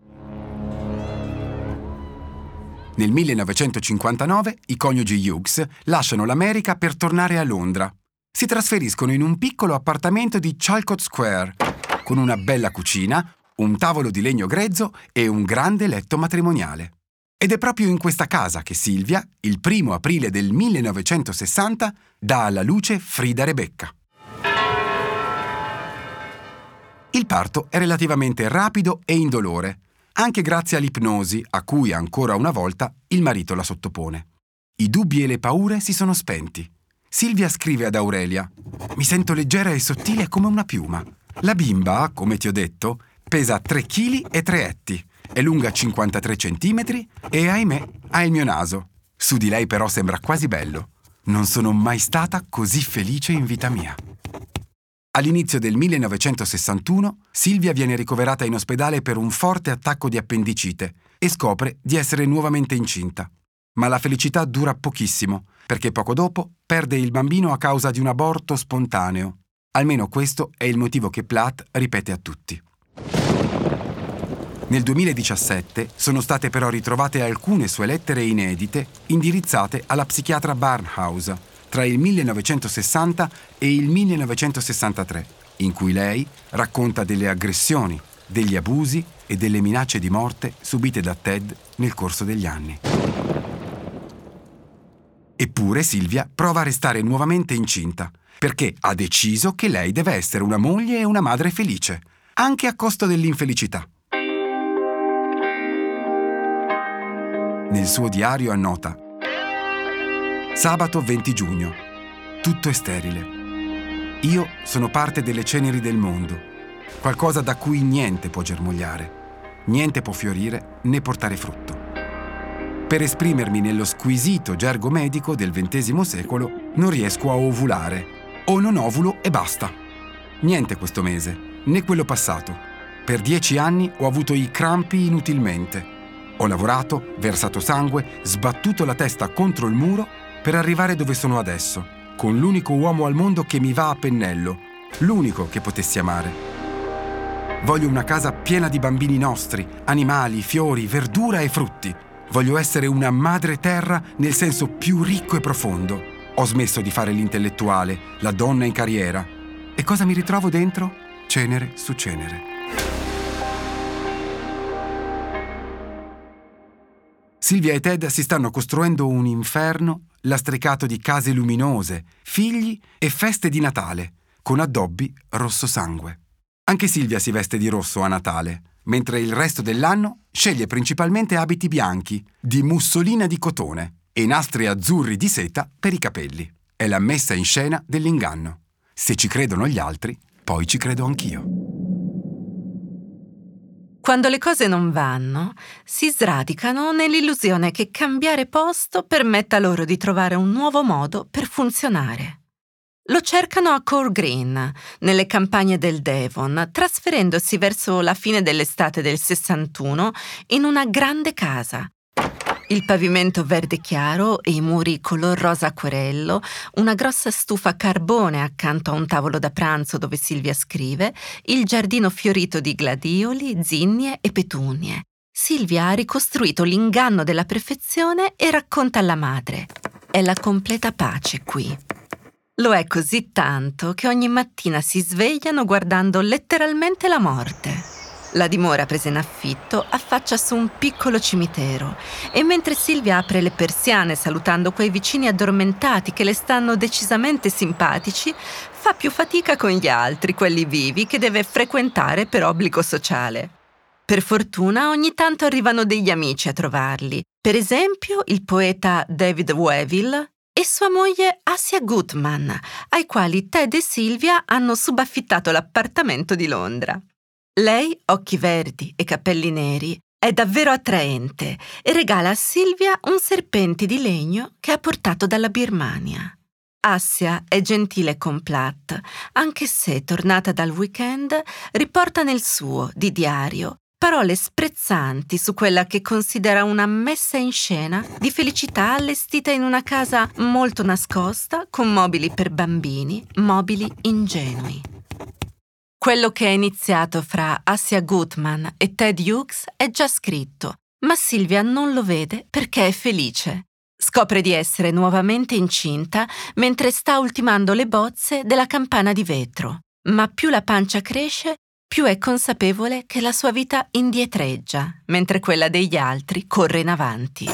Nel millenovecentocinquantanove i coniugi Hughes lasciano l'America per tornare a Londra. Si trasferiscono in un piccolo appartamento di Chalcot Square, con una bella cucina, un tavolo di legno grezzo e un grande letto matrimoniale. Ed è proprio in questa casa che Silvia, il primo aprile del millenovecentosessanta, dà alla luce Frida Rebecca. Il parto è relativamente rapido e indolore, anche grazie all'ipnosi a cui ancora una volta il marito la sottopone. I dubbi e le paure si sono spenti. Silvia scrive ad Aurelia: «Mi sento leggera e sottile come una piuma. La bimba, come ti ho detto, pesa tre chili e tre etti, è lunga cinquantatré centimetri e, ahimè, ha il mio naso. Su di lei però sembra quasi bello. Non sono mai stata così felice in vita mia». All'inizio del millenovecentosessantuno, Silvia viene ricoverata in ospedale per un forte attacco di appendicite e scopre di essere nuovamente incinta. Ma la felicità dura pochissimo, perché poco dopo perde il bambino a causa di un aborto spontaneo. Almeno questo è il motivo che Plath ripete a tutti. Nel duemiladiciassette sono state però ritrovate alcune sue lettere inedite indirizzate alla psichiatra Barnhouse tra il millenovecentosessanta e il millenovecentosessantatré, in cui lei racconta delle aggressioni, degli abusi e delle minacce di morte subite da Ted nel corso degli anni. Eppure Silvia prova a restare nuovamente incinta, perché ha deciso che lei deve essere una moglie e una madre felice, anche a costo dell'infelicità. Nel suo diario annota: sabato venti giugno. Tutto è sterile. Io sono parte delle ceneri del mondo, qualcosa da cui niente può germogliare, niente può fiorire né portare frutto. Per esprimermi nello squisito gergo medico del ventesimo secolo, non riesco a ovulare, o non ovulo e basta. Niente questo mese, né quello passato. Per dieci anni ho avuto i crampi inutilmente. Ho lavorato, versato sangue, sbattuto la testa contro il muro per arrivare dove sono adesso, con l'unico uomo al mondo che mi va a pennello, l'unico che potessi amare. Voglio una casa piena di bambini nostri, animali, fiori, verdura e frutti. Voglio essere una madre terra nel senso più ricco e profondo. Ho smesso di fare l'intellettuale, la donna in carriera. E cosa mi ritrovo dentro? Cenere su cenere. Silvia e Ted si stanno costruendo un inferno lastricato di case luminose, figli e feste di Natale, con addobbi rosso sangue. Anche Silvia si veste di rosso a Natale, mentre il resto dell'anno sceglie principalmente abiti bianchi, di mussolina di cotone e nastri azzurri di seta per i capelli. È la messa in scena dell'inganno. Se ci credono gli altri, poi ci credo anch'io. Quando le cose non vanno, si sradicano nell'illusione che cambiare posto permetta loro di trovare un nuovo modo per funzionare. Lo cercano a Core Green, nelle campagne del Devon, trasferendosi verso la fine dell'estate del sessantuno in una grande casa. Il pavimento verde chiaro e i muri color rosa acquerello, una grossa stufa a carbone accanto a un tavolo da pranzo dove Silvia scrive, il giardino fiorito di gladioli, zinnie e petunie. Silvia ha ricostruito l'inganno della perfezione e racconta alla madre: è la completa pace qui. Lo è così tanto che ogni mattina si svegliano guardando letteralmente la morte. La dimora presa in affitto affaccia su un piccolo cimitero e mentre Silvia apre le persiane salutando quei vicini addormentati che le stanno decisamente simpatici, fa più fatica con gli altri, quelli vivi, che deve frequentare per obbligo sociale. Per fortuna ogni tanto arrivano degli amici a trovarli, per esempio il poeta David Weevil e sua moglie Assia Gutman, ai quali Ted e Silvia hanno subaffittato l'appartamento di Londra. Lei, occhi verdi e capelli neri, è davvero attraente e regala a Silvia un serpente di legno che ha portato dalla Birmania. Assia è gentile con Platt, anche se, tornata dal weekend, riporta nel suo, di diario, parole sprezzanti su quella che considera una messa in scena di felicità allestita in una casa molto nascosta, con mobili per bambini, mobili ingenui. Quello che è iniziato fra Assia Gutman e Ted Hughes è già scritto, ma Silvia non lo vede perché è felice. Scopre di essere nuovamente incinta mentre sta ultimando le bozze della campana di vetro, ma più la pancia cresce, più è consapevole che la sua vita indietreggia, mentre quella degli altri corre in avanti.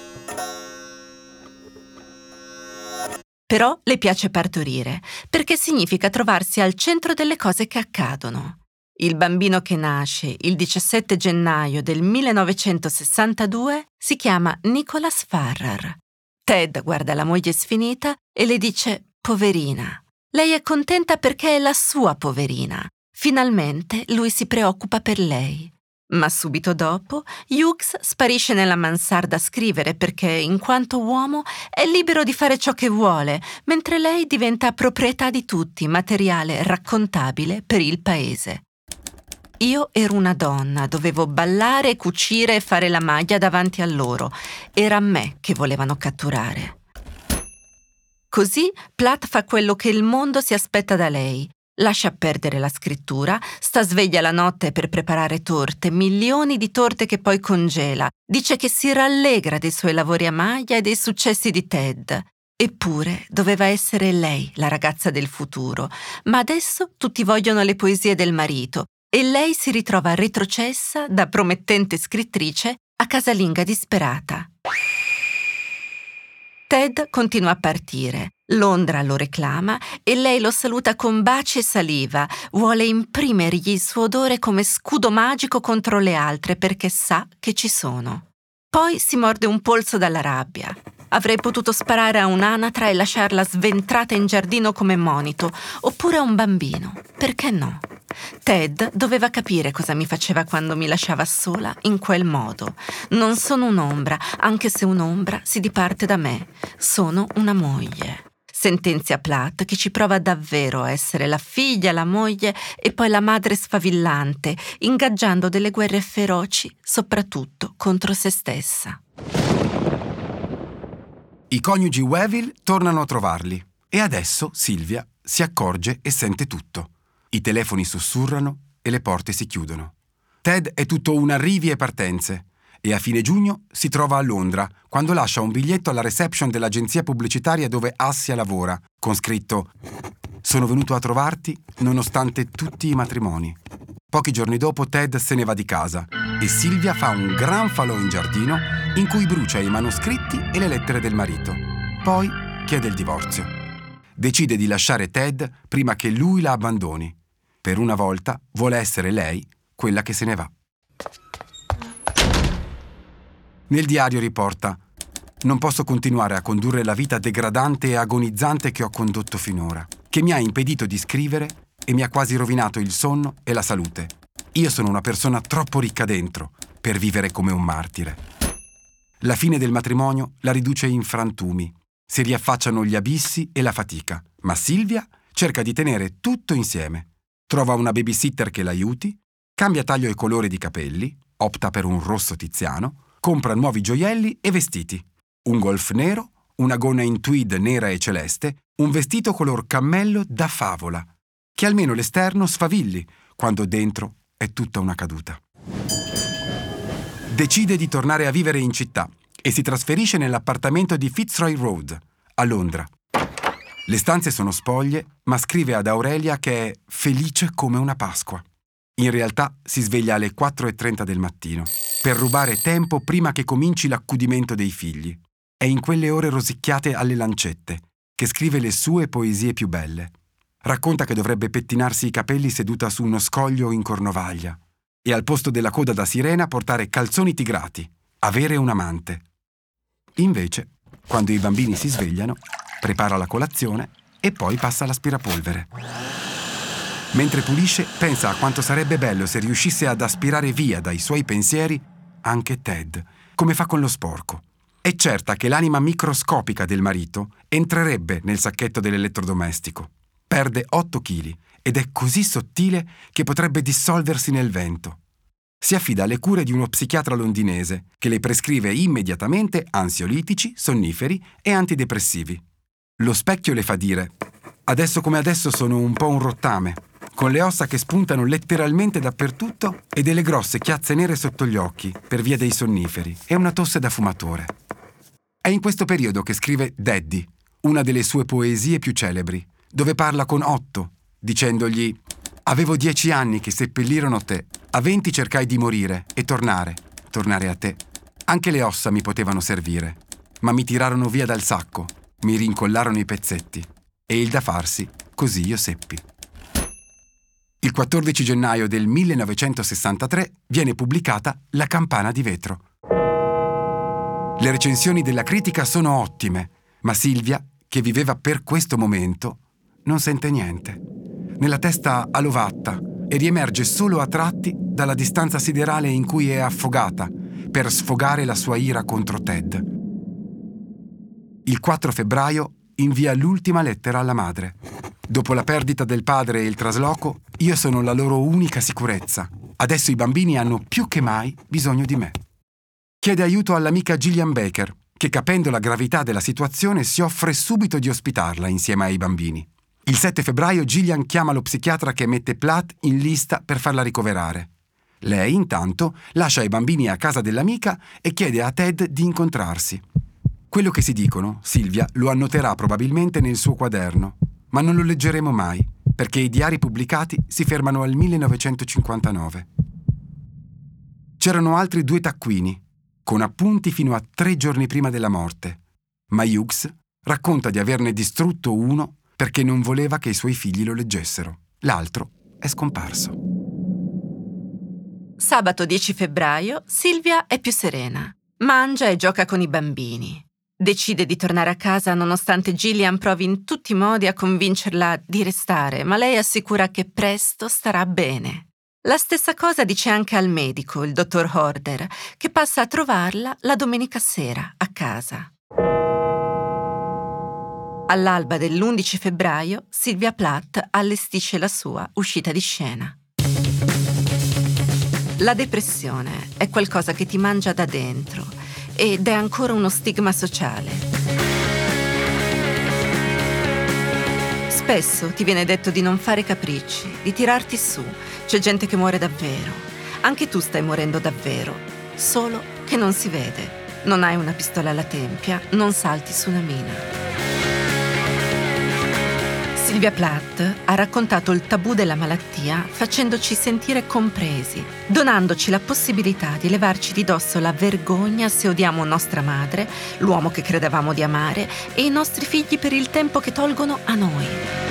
Però le piace partorire, perché significa trovarsi al centro delle cose che accadono. Il bambino che nasce il diciassette gennaio del millenovecentosessantadue si chiama Nicholas Farrar. Ted guarda la moglie sfinita e le dice «poverina». Lei è contenta perché è la sua poverina. Finalmente lui si preoccupa per lei. Ma subito dopo, Hughes sparisce nella mansarda a scrivere perché, in quanto uomo, è libero di fare ciò che vuole, mentre lei diventa proprietà di tutti, materiale raccontabile per il paese. Io ero una donna, dovevo ballare, cucire e fare la maglia davanti a loro. Era me che volevano catturare. Così Platt fa quello che il mondo si aspetta da lei. Lascia perdere la scrittura, sta sveglia la notte per preparare torte, milioni di torte che poi congela. Dice che si rallegra dei suoi lavori a maglia e dei successi di Ted. Eppure doveva essere lei la ragazza del futuro, ma adesso tutti vogliono le poesie del marito e lei si ritrova retrocessa da promettente scrittrice a casalinga disperata. Ted continua a partire. Londra lo reclama e lei lo saluta con baci e saliva. Vuole imprimergli il suo odore come scudo magico contro le altre perché sa che ci sono. Poi si morde un polso dalla rabbia. Avrei potuto sparare a un'anatra e lasciarla sventrata in giardino come monito, oppure a un bambino. Perché no? Ted doveva capire cosa mi faceva quando mi lasciava sola in quel modo. Non sono un'ombra, anche se un'ombra si diparte da me. Sono una moglie. Sentenzia Platt, che ci prova davvero a essere la figlia, la moglie e poi la madre sfavillante, ingaggiando delle guerre feroci, soprattutto contro se stessa. I coniugi Weevil tornano a trovarli e adesso Silvia si accorge e sente tutto. I telefoni sussurrano, e le porte si chiudono. Ted è tutto un arrivi e partenze e a fine giugno si trova a Londra quando lascia un biglietto alla reception dell'agenzia pubblicitaria dove Assia lavora, con scritto «Sono venuto a trovarti nonostante tutti i matrimoni». Pochi giorni dopo Ted se ne va di casa e Sylvia fa un gran falò in giardino in cui brucia i manoscritti e le lettere del marito. Poi chiede il divorzio. Decide di lasciare Ted prima che lui la abbandoni. Per una volta vuole essere lei quella che se ne va. Nel diario riporta: «Non posso continuare a condurre la vita degradante e agonizzante che ho condotto finora, che mi ha impedito di scrivere e mi ha quasi rovinato il sonno e la salute. Io sono una persona troppo ricca dentro per vivere come un martire». La fine del matrimonio la riduce in frantumi. Si riaffacciano gli abissi e la fatica, ma Sylvia cerca di tenere tutto insieme. Trova una babysitter che l'aiuti, cambia taglio e colore di capelli, opta per un rosso tiziano, compra nuovi gioielli e vestiti. Un golf nero, una gonna in tweed nera e celeste, un vestito color cammello da favola, che almeno l'esterno sfavilli, quando dentro è tutta una caduta. Decide di tornare a vivere in città e si trasferisce nell'appartamento di Fitzroy Road, a Londra. Le stanze sono spoglie, ma scrive ad Aurelia che è felice come una Pasqua. In realtà si sveglia alle quattro e trenta del mattino, per rubare tempo prima che cominci l'accudimento dei figli. È in quelle ore rosicchiate alle lancette che scrive le sue poesie più belle. Racconta che dovrebbe pettinarsi i capelli seduta su uno scoglio in Cornovaglia e al posto della coda da sirena portare calzoni tigrati, avere un amante. Invece, quando i bambini si svegliano, prepara la colazione e poi passa l'aspirapolvere. Mentre pulisce, pensa a quanto sarebbe bello se riuscisse ad aspirare via dai suoi pensieri anche Ted, come fa con lo sporco. È certa che l'anima microscopica del marito entrerebbe nel sacchetto dell'elettrodomestico. Perde otto chili ed è così sottile che potrebbe dissolversi nel vento. Si affida alle cure di uno psichiatra londinese che le prescrive immediatamente ansiolitici, sonniferi e antidepressivi. Lo specchio le fa dire: «Adesso come adesso sono un po' un rottame, con le ossa che spuntano letteralmente dappertutto e delle grosse chiazze nere sotto gli occhi per via dei sonniferi e una tosse da fumatore». È in questo periodo che scrive Daddy, una delle sue poesie più celebri, dove parla con Otto, dicendogli: «Avevo dieci anni che seppellirono te, a venti cercai di morire e tornare, tornare a te. Anche le ossa mi potevano servire, ma mi tirarono via dal sacco, mi rincollarono i pezzetti, e il da farsi, così io seppi». Il quattordici gennaio del millenovecentosessantatré viene pubblicata La campana di vetro. Le recensioni della critica sono ottime, ma Sylvia, che viveva per questo momento, non sente niente. Nella testa ha l'ovatta e riemerge solo a tratti dalla distanza siderale in cui è affogata per sfogare la sua ira contro Ted. Il quattro febbraio invia l'ultima lettera alla madre. «Dopo la perdita del padre e il trasloco, io sono la loro unica sicurezza. Adesso i bambini hanno più che mai bisogno di me». Chiede aiuto all'amica Gillian Baker, che capendo la gravità della situazione si offre subito di ospitarla insieme ai bambini. Il sette febbraio Gillian chiama lo psichiatra che mette Platt in lista per farla ricoverare. Lei, intanto, lascia i bambini a casa dell'amica e chiede a Ted di incontrarsi. Quello che si dicono, Sylvia lo annoterà probabilmente nel suo quaderno, ma non lo leggeremo mai, perché i diari pubblicati si fermano al millenovecentocinquantanove. C'erano altri due taccuini, con appunti fino a tre giorni prima della morte, ma Hughes racconta di averne distrutto uno perché non voleva che i suoi figli lo leggessero. L'altro è scomparso. Sabato dieci febbraio, Sylvia è più serena. Mangia e gioca con i bambini. Decide di tornare a casa nonostante Gillian provi in tutti i modi a convincerla di restare, ma lei assicura che presto starà bene. La stessa cosa dice anche al medico, il dottor Horder, che passa a trovarla la domenica sera a casa. All'alba dell'undici febbraio, Sylvia Plath allestisce la sua uscita di scena. La depressione è qualcosa che ti mangia da dentro ed è ancora uno stigma sociale. Spesso ti viene detto di non fare capricci, di tirarti su. C'è gente che muore davvero. Anche tu stai morendo davvero, solo che non si vede. Non hai una pistola alla tempia, non salti su una mina. Silvia Plath ha raccontato il tabù della malattia facendoci sentire compresi, donandoci la possibilità di levarci di dosso la vergogna se odiamo nostra madre, l'uomo che credevamo di amare e i nostri figli per il tempo che tolgono a noi.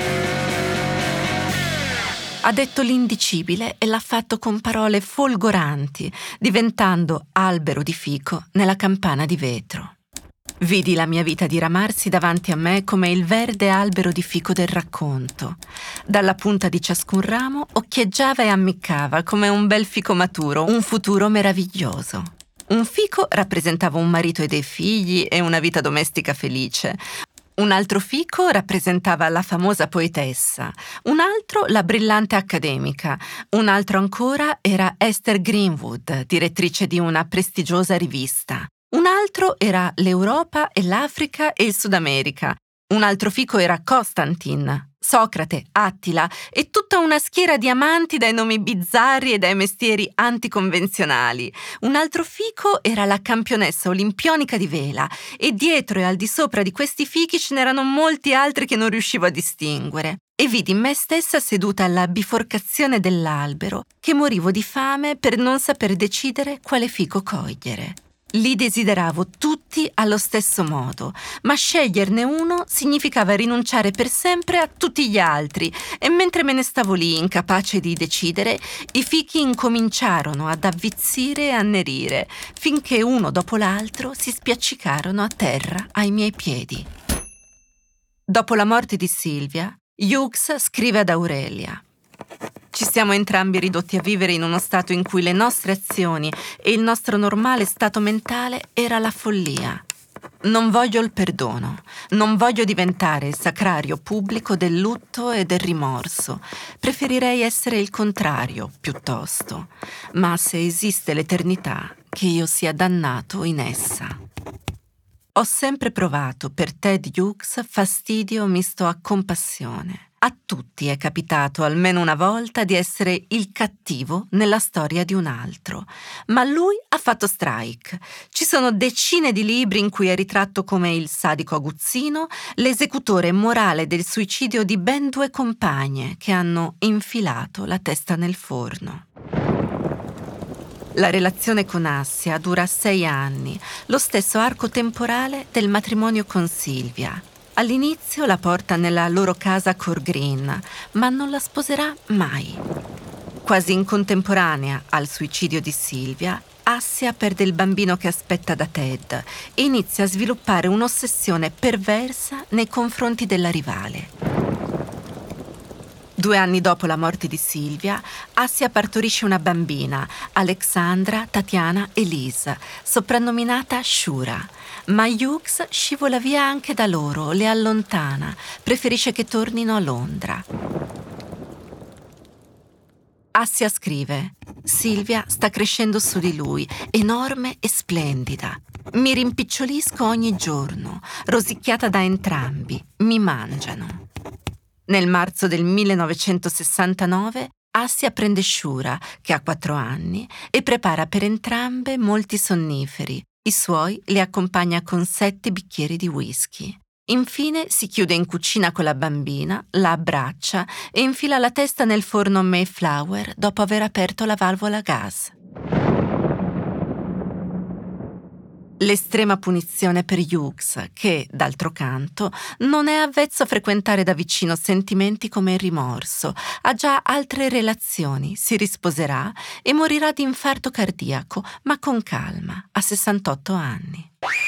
Ha detto l'indicibile e l'ha fatto con parole folgoranti, diventando albero di fico nella campana di vetro. Vidi la mia vita diramarsi davanti a me come il verde albero di fico del racconto. Dalla punta di ciascun ramo occhieggiava e ammiccava come un bel fico maturo, un futuro meraviglioso. Un fico rappresentava un marito e dei figli e una vita domestica felice. Un altro fico rappresentava la famosa poetessa, un altro la brillante accademica, un altro ancora era Esther Greenwood, direttrice di una prestigiosa rivista. Un altro era l'Europa e l'Africa e il Sud America. Un altro fico era Costantin, Socrate, Attila e tutta una schiera di amanti dai nomi bizzarri e dai mestieri anticonvenzionali. Un altro fico era la campionessa olimpionica di vela e dietro e al di sopra di questi fichi ce n'erano molti altri che non riuscivo a distinguere. E vidi me stessa seduta alla biforcazione dell'albero che morivo di fame per non saper decidere quale fico cogliere. Li desideravo tutti allo stesso modo, ma sceglierne uno significava rinunciare per sempre a tutti gli altri e mentre me ne stavo lì incapace di decidere, i fichi incominciarono ad avvizzire e annerire, finché uno dopo l'altro si spiaccicarono a terra ai miei piedi. Dopo la morte di Silvia, Hughes scrive ad Aurelia: ci siamo entrambi ridotti a vivere in uno stato in cui le nostre azioni e il nostro normale stato mentale era la follia. Non voglio il perdono, non voglio diventare il sacrario pubblico del lutto e del rimorso. Preferirei essere il contrario, piuttosto. Ma se esiste l'eternità, che io sia dannato in essa. Ho sempre provato per Ted Hughes fastidio misto a compassione. A tutti è capitato almeno una volta di essere il cattivo nella storia di un altro, ma lui ha fatto strike. Ci sono decine di libri in cui è ritratto come il sadico aguzzino, l'esecutore morale del suicidio di ben due compagne che hanno infilato la testa nel forno. La relazione con Assia dura sei anni, lo stesso arco temporale del matrimonio con Silvia. All'inizio la porta nella loro casa a Core Green, ma non la sposerà mai. Quasi in contemporanea al suicidio di Silvia, Assia perde il bambino che aspetta da Ted e inizia a sviluppare un'ossessione perversa nei confronti della rivale. Due anni dopo la morte di Silvia, Assia partorisce una bambina, Alexandra Tatiana Elise, soprannominata Shura. Ma Hughes scivola via anche da loro, le allontana, preferisce che tornino a Londra. Assia scrive: Silvia sta crescendo su di lui, enorme e splendida. Mi rimpicciolisco ogni giorno, rosicchiata da entrambi, mi mangiano. Nel marzo del millenovecentosessantanove Assia prende Shura, che ha quattro anni, e prepara per entrambe molti sonniferi. I suoi li accompagna con sette bicchieri di whisky. Infine si chiude in cucina con la bambina, la abbraccia e infila la testa nel forno Mayflower dopo aver aperto la valvola a gas. L'estrema punizione per Hughes, che, d'altro canto, non è avvezzo a frequentare da vicino sentimenti come il rimorso, ha già altre relazioni, si risposerà e morirà di infarto cardiaco, ma con calma, a sessantotto anni.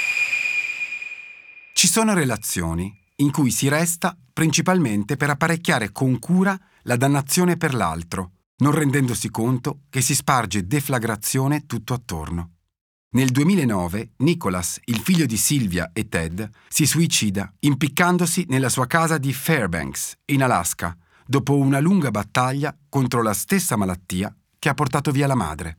Ci sono relazioni in cui si resta principalmente per apparecchiare con cura la dannazione per l'altro, non rendendosi conto che si sparge deflagrazione tutto attorno. Nel duemilanove, Nicholas, il figlio di Silvia e Ted, si suicida impiccandosi nella sua casa di Fairbanks, in Alaska, dopo una lunga battaglia contro la stessa malattia che ha portato via la madre.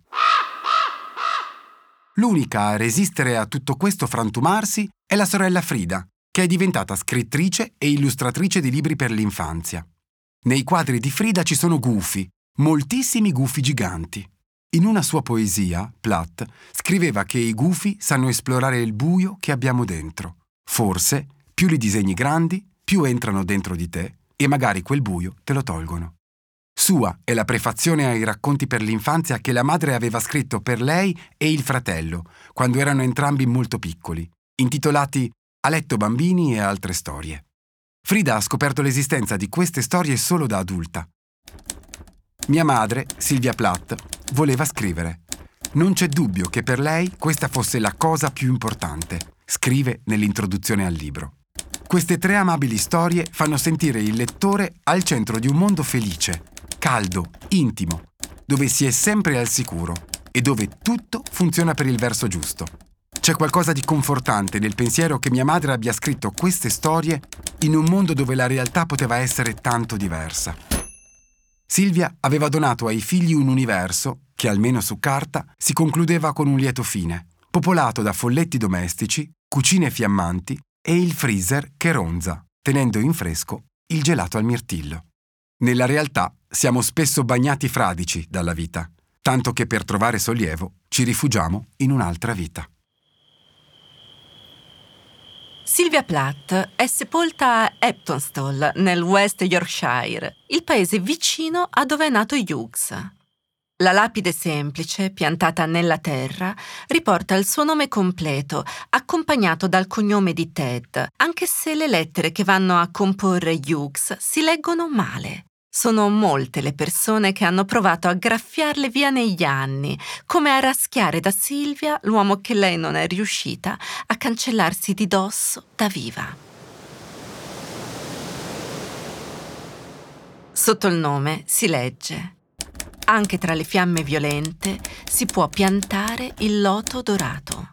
L'unica a resistere a tutto questo frantumarsi è la sorella Frida, che è diventata scrittrice e illustratrice di libri per l'infanzia. Nei quadri di Frida ci sono gufi, moltissimi gufi giganti. In una sua poesia, Plath scriveva che i gufi sanno esplorare il buio che abbiamo dentro. Forse, più li disegni grandi, più entrano dentro di te e magari quel buio te lo tolgono. Sua è la prefazione ai racconti per l'infanzia che la madre aveva scritto per lei e il fratello, quando erano entrambi molto piccoli, intitolati A letto bambini e altre storie. Frida ha scoperto l'esistenza di queste storie solo da adulta. Mia madre, Sylvia Plath, voleva scrivere. Non c'è dubbio che per lei questa fosse la cosa più importante, scrive nell'introduzione al libro. Queste tre amabili storie fanno sentire il lettore al centro di un mondo felice, caldo, intimo, dove si è sempre al sicuro e dove tutto funziona per il verso giusto. C'è qualcosa di confortante nel pensiero che mia madre abbia scritto queste storie in un mondo dove la realtà poteva essere tanto diversa. Silvia aveva donato ai figli un universo che, almeno su carta, si concludeva con un lieto fine, popolato da folletti domestici, cucine fiammanti e il freezer che ronza, tenendo in fresco il gelato al mirtillo. Nella realtà siamo spesso bagnati fradici dalla vita, tanto che per trovare sollievo ci rifugiamo in un'altra vita. Sylvia Plath è sepolta a Heptonstall, nel West Yorkshire, il paese vicino a dove è nato Hughes. La lapide semplice, piantata nella terra, riporta il suo nome completo, accompagnato dal cognome di Ted, anche se le lettere che vanno a comporre Hughes si leggono male. Sono molte le persone che hanno provato a graffiarle via negli anni, come a raschiare da Silvia l'uomo che lei non è riuscita a cancellarsi di dosso da viva. Sotto il nome si legge: anche tra le fiamme violente si può piantare il loto dorato.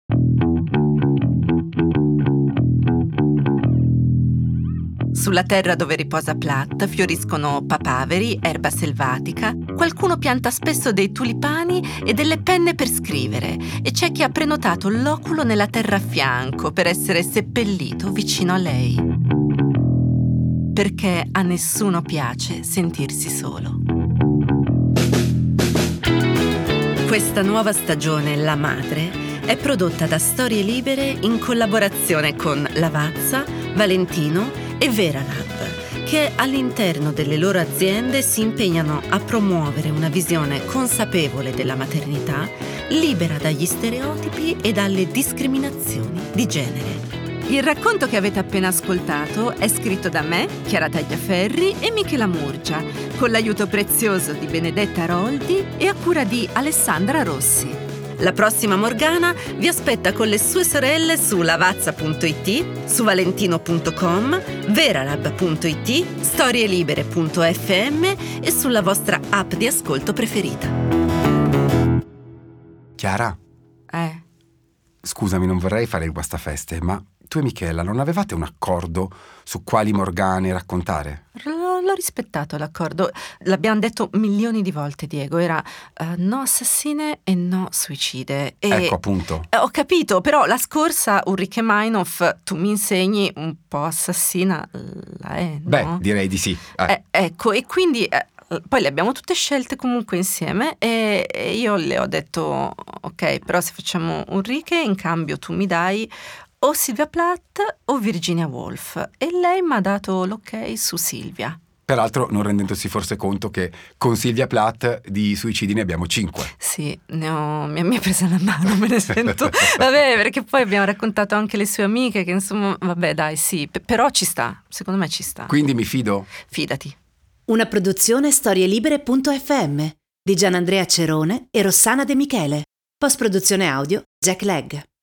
Sulla terra dove riposa Plath fioriscono papaveri, erba selvatica, qualcuno pianta spesso dei tulipani e delle penne per scrivere e c'è chi ha prenotato l'oculo nella terra a fianco per essere seppellito vicino a lei. Perché a nessuno piace sentirsi solo. Questa nuova stagione, La Madre, è prodotta da Storie Libere in collaborazione con Lavazza, Valentino e Veralab, che all'interno delle loro aziende si impegnano a promuovere una visione consapevole della maternità, libera dagli stereotipi e dalle discriminazioni di genere. Il racconto che avete appena ascoltato è scritto da me, Chiara Tagliaferri, e Michela Murgia, con l'aiuto prezioso di Benedetta Roldi e a cura di Alessandra Rossi. La prossima Morgana vi aspetta con le sue sorelle su lavazza punto it, su valentino punto com, veralab punto it, storielibere punto effe emme e sulla vostra app di ascolto preferita. Chiara? Eh? Scusami, non vorrei fare il guastafeste, ma tu e Michela non avevate un accordo su quali Morgane raccontare? L- l'ho rispettato l'accordo. L'abbiamo detto milioni di volte, Diego. Era uh, no assassine e no suicide. E, ecco, appunto. Eh, ho capito, però la scorsa Ulrike Meinhof, tu mi insegni un po' assassina, la è, no? Beh, direi di sì. Eh. Eh, ecco, e quindi... Eh, poi le abbiamo tutte scelte comunque insieme e io le ho detto ok, però se facciamo Ulrike in cambio tu mi dai o Sylvia Plath o Virginia Woolf e lei mi ha dato l'ok su Silvia. Peraltro non rendendosi forse conto che con Sylvia Plath di suicidi ne abbiamo cinque. Sì, ne ho, mi, mi ha presa la mano, me ne sento. Vabbè, perché poi abbiamo raccontato anche le sue amiche che insomma, vabbè dai sì, P- però ci sta, secondo me ci sta. Quindi mi fido? Fidati. Una produzione storielibere punto effe emme di Gianandrea Cerone e Rossana De Michele. Post produzione audio Jack Legg.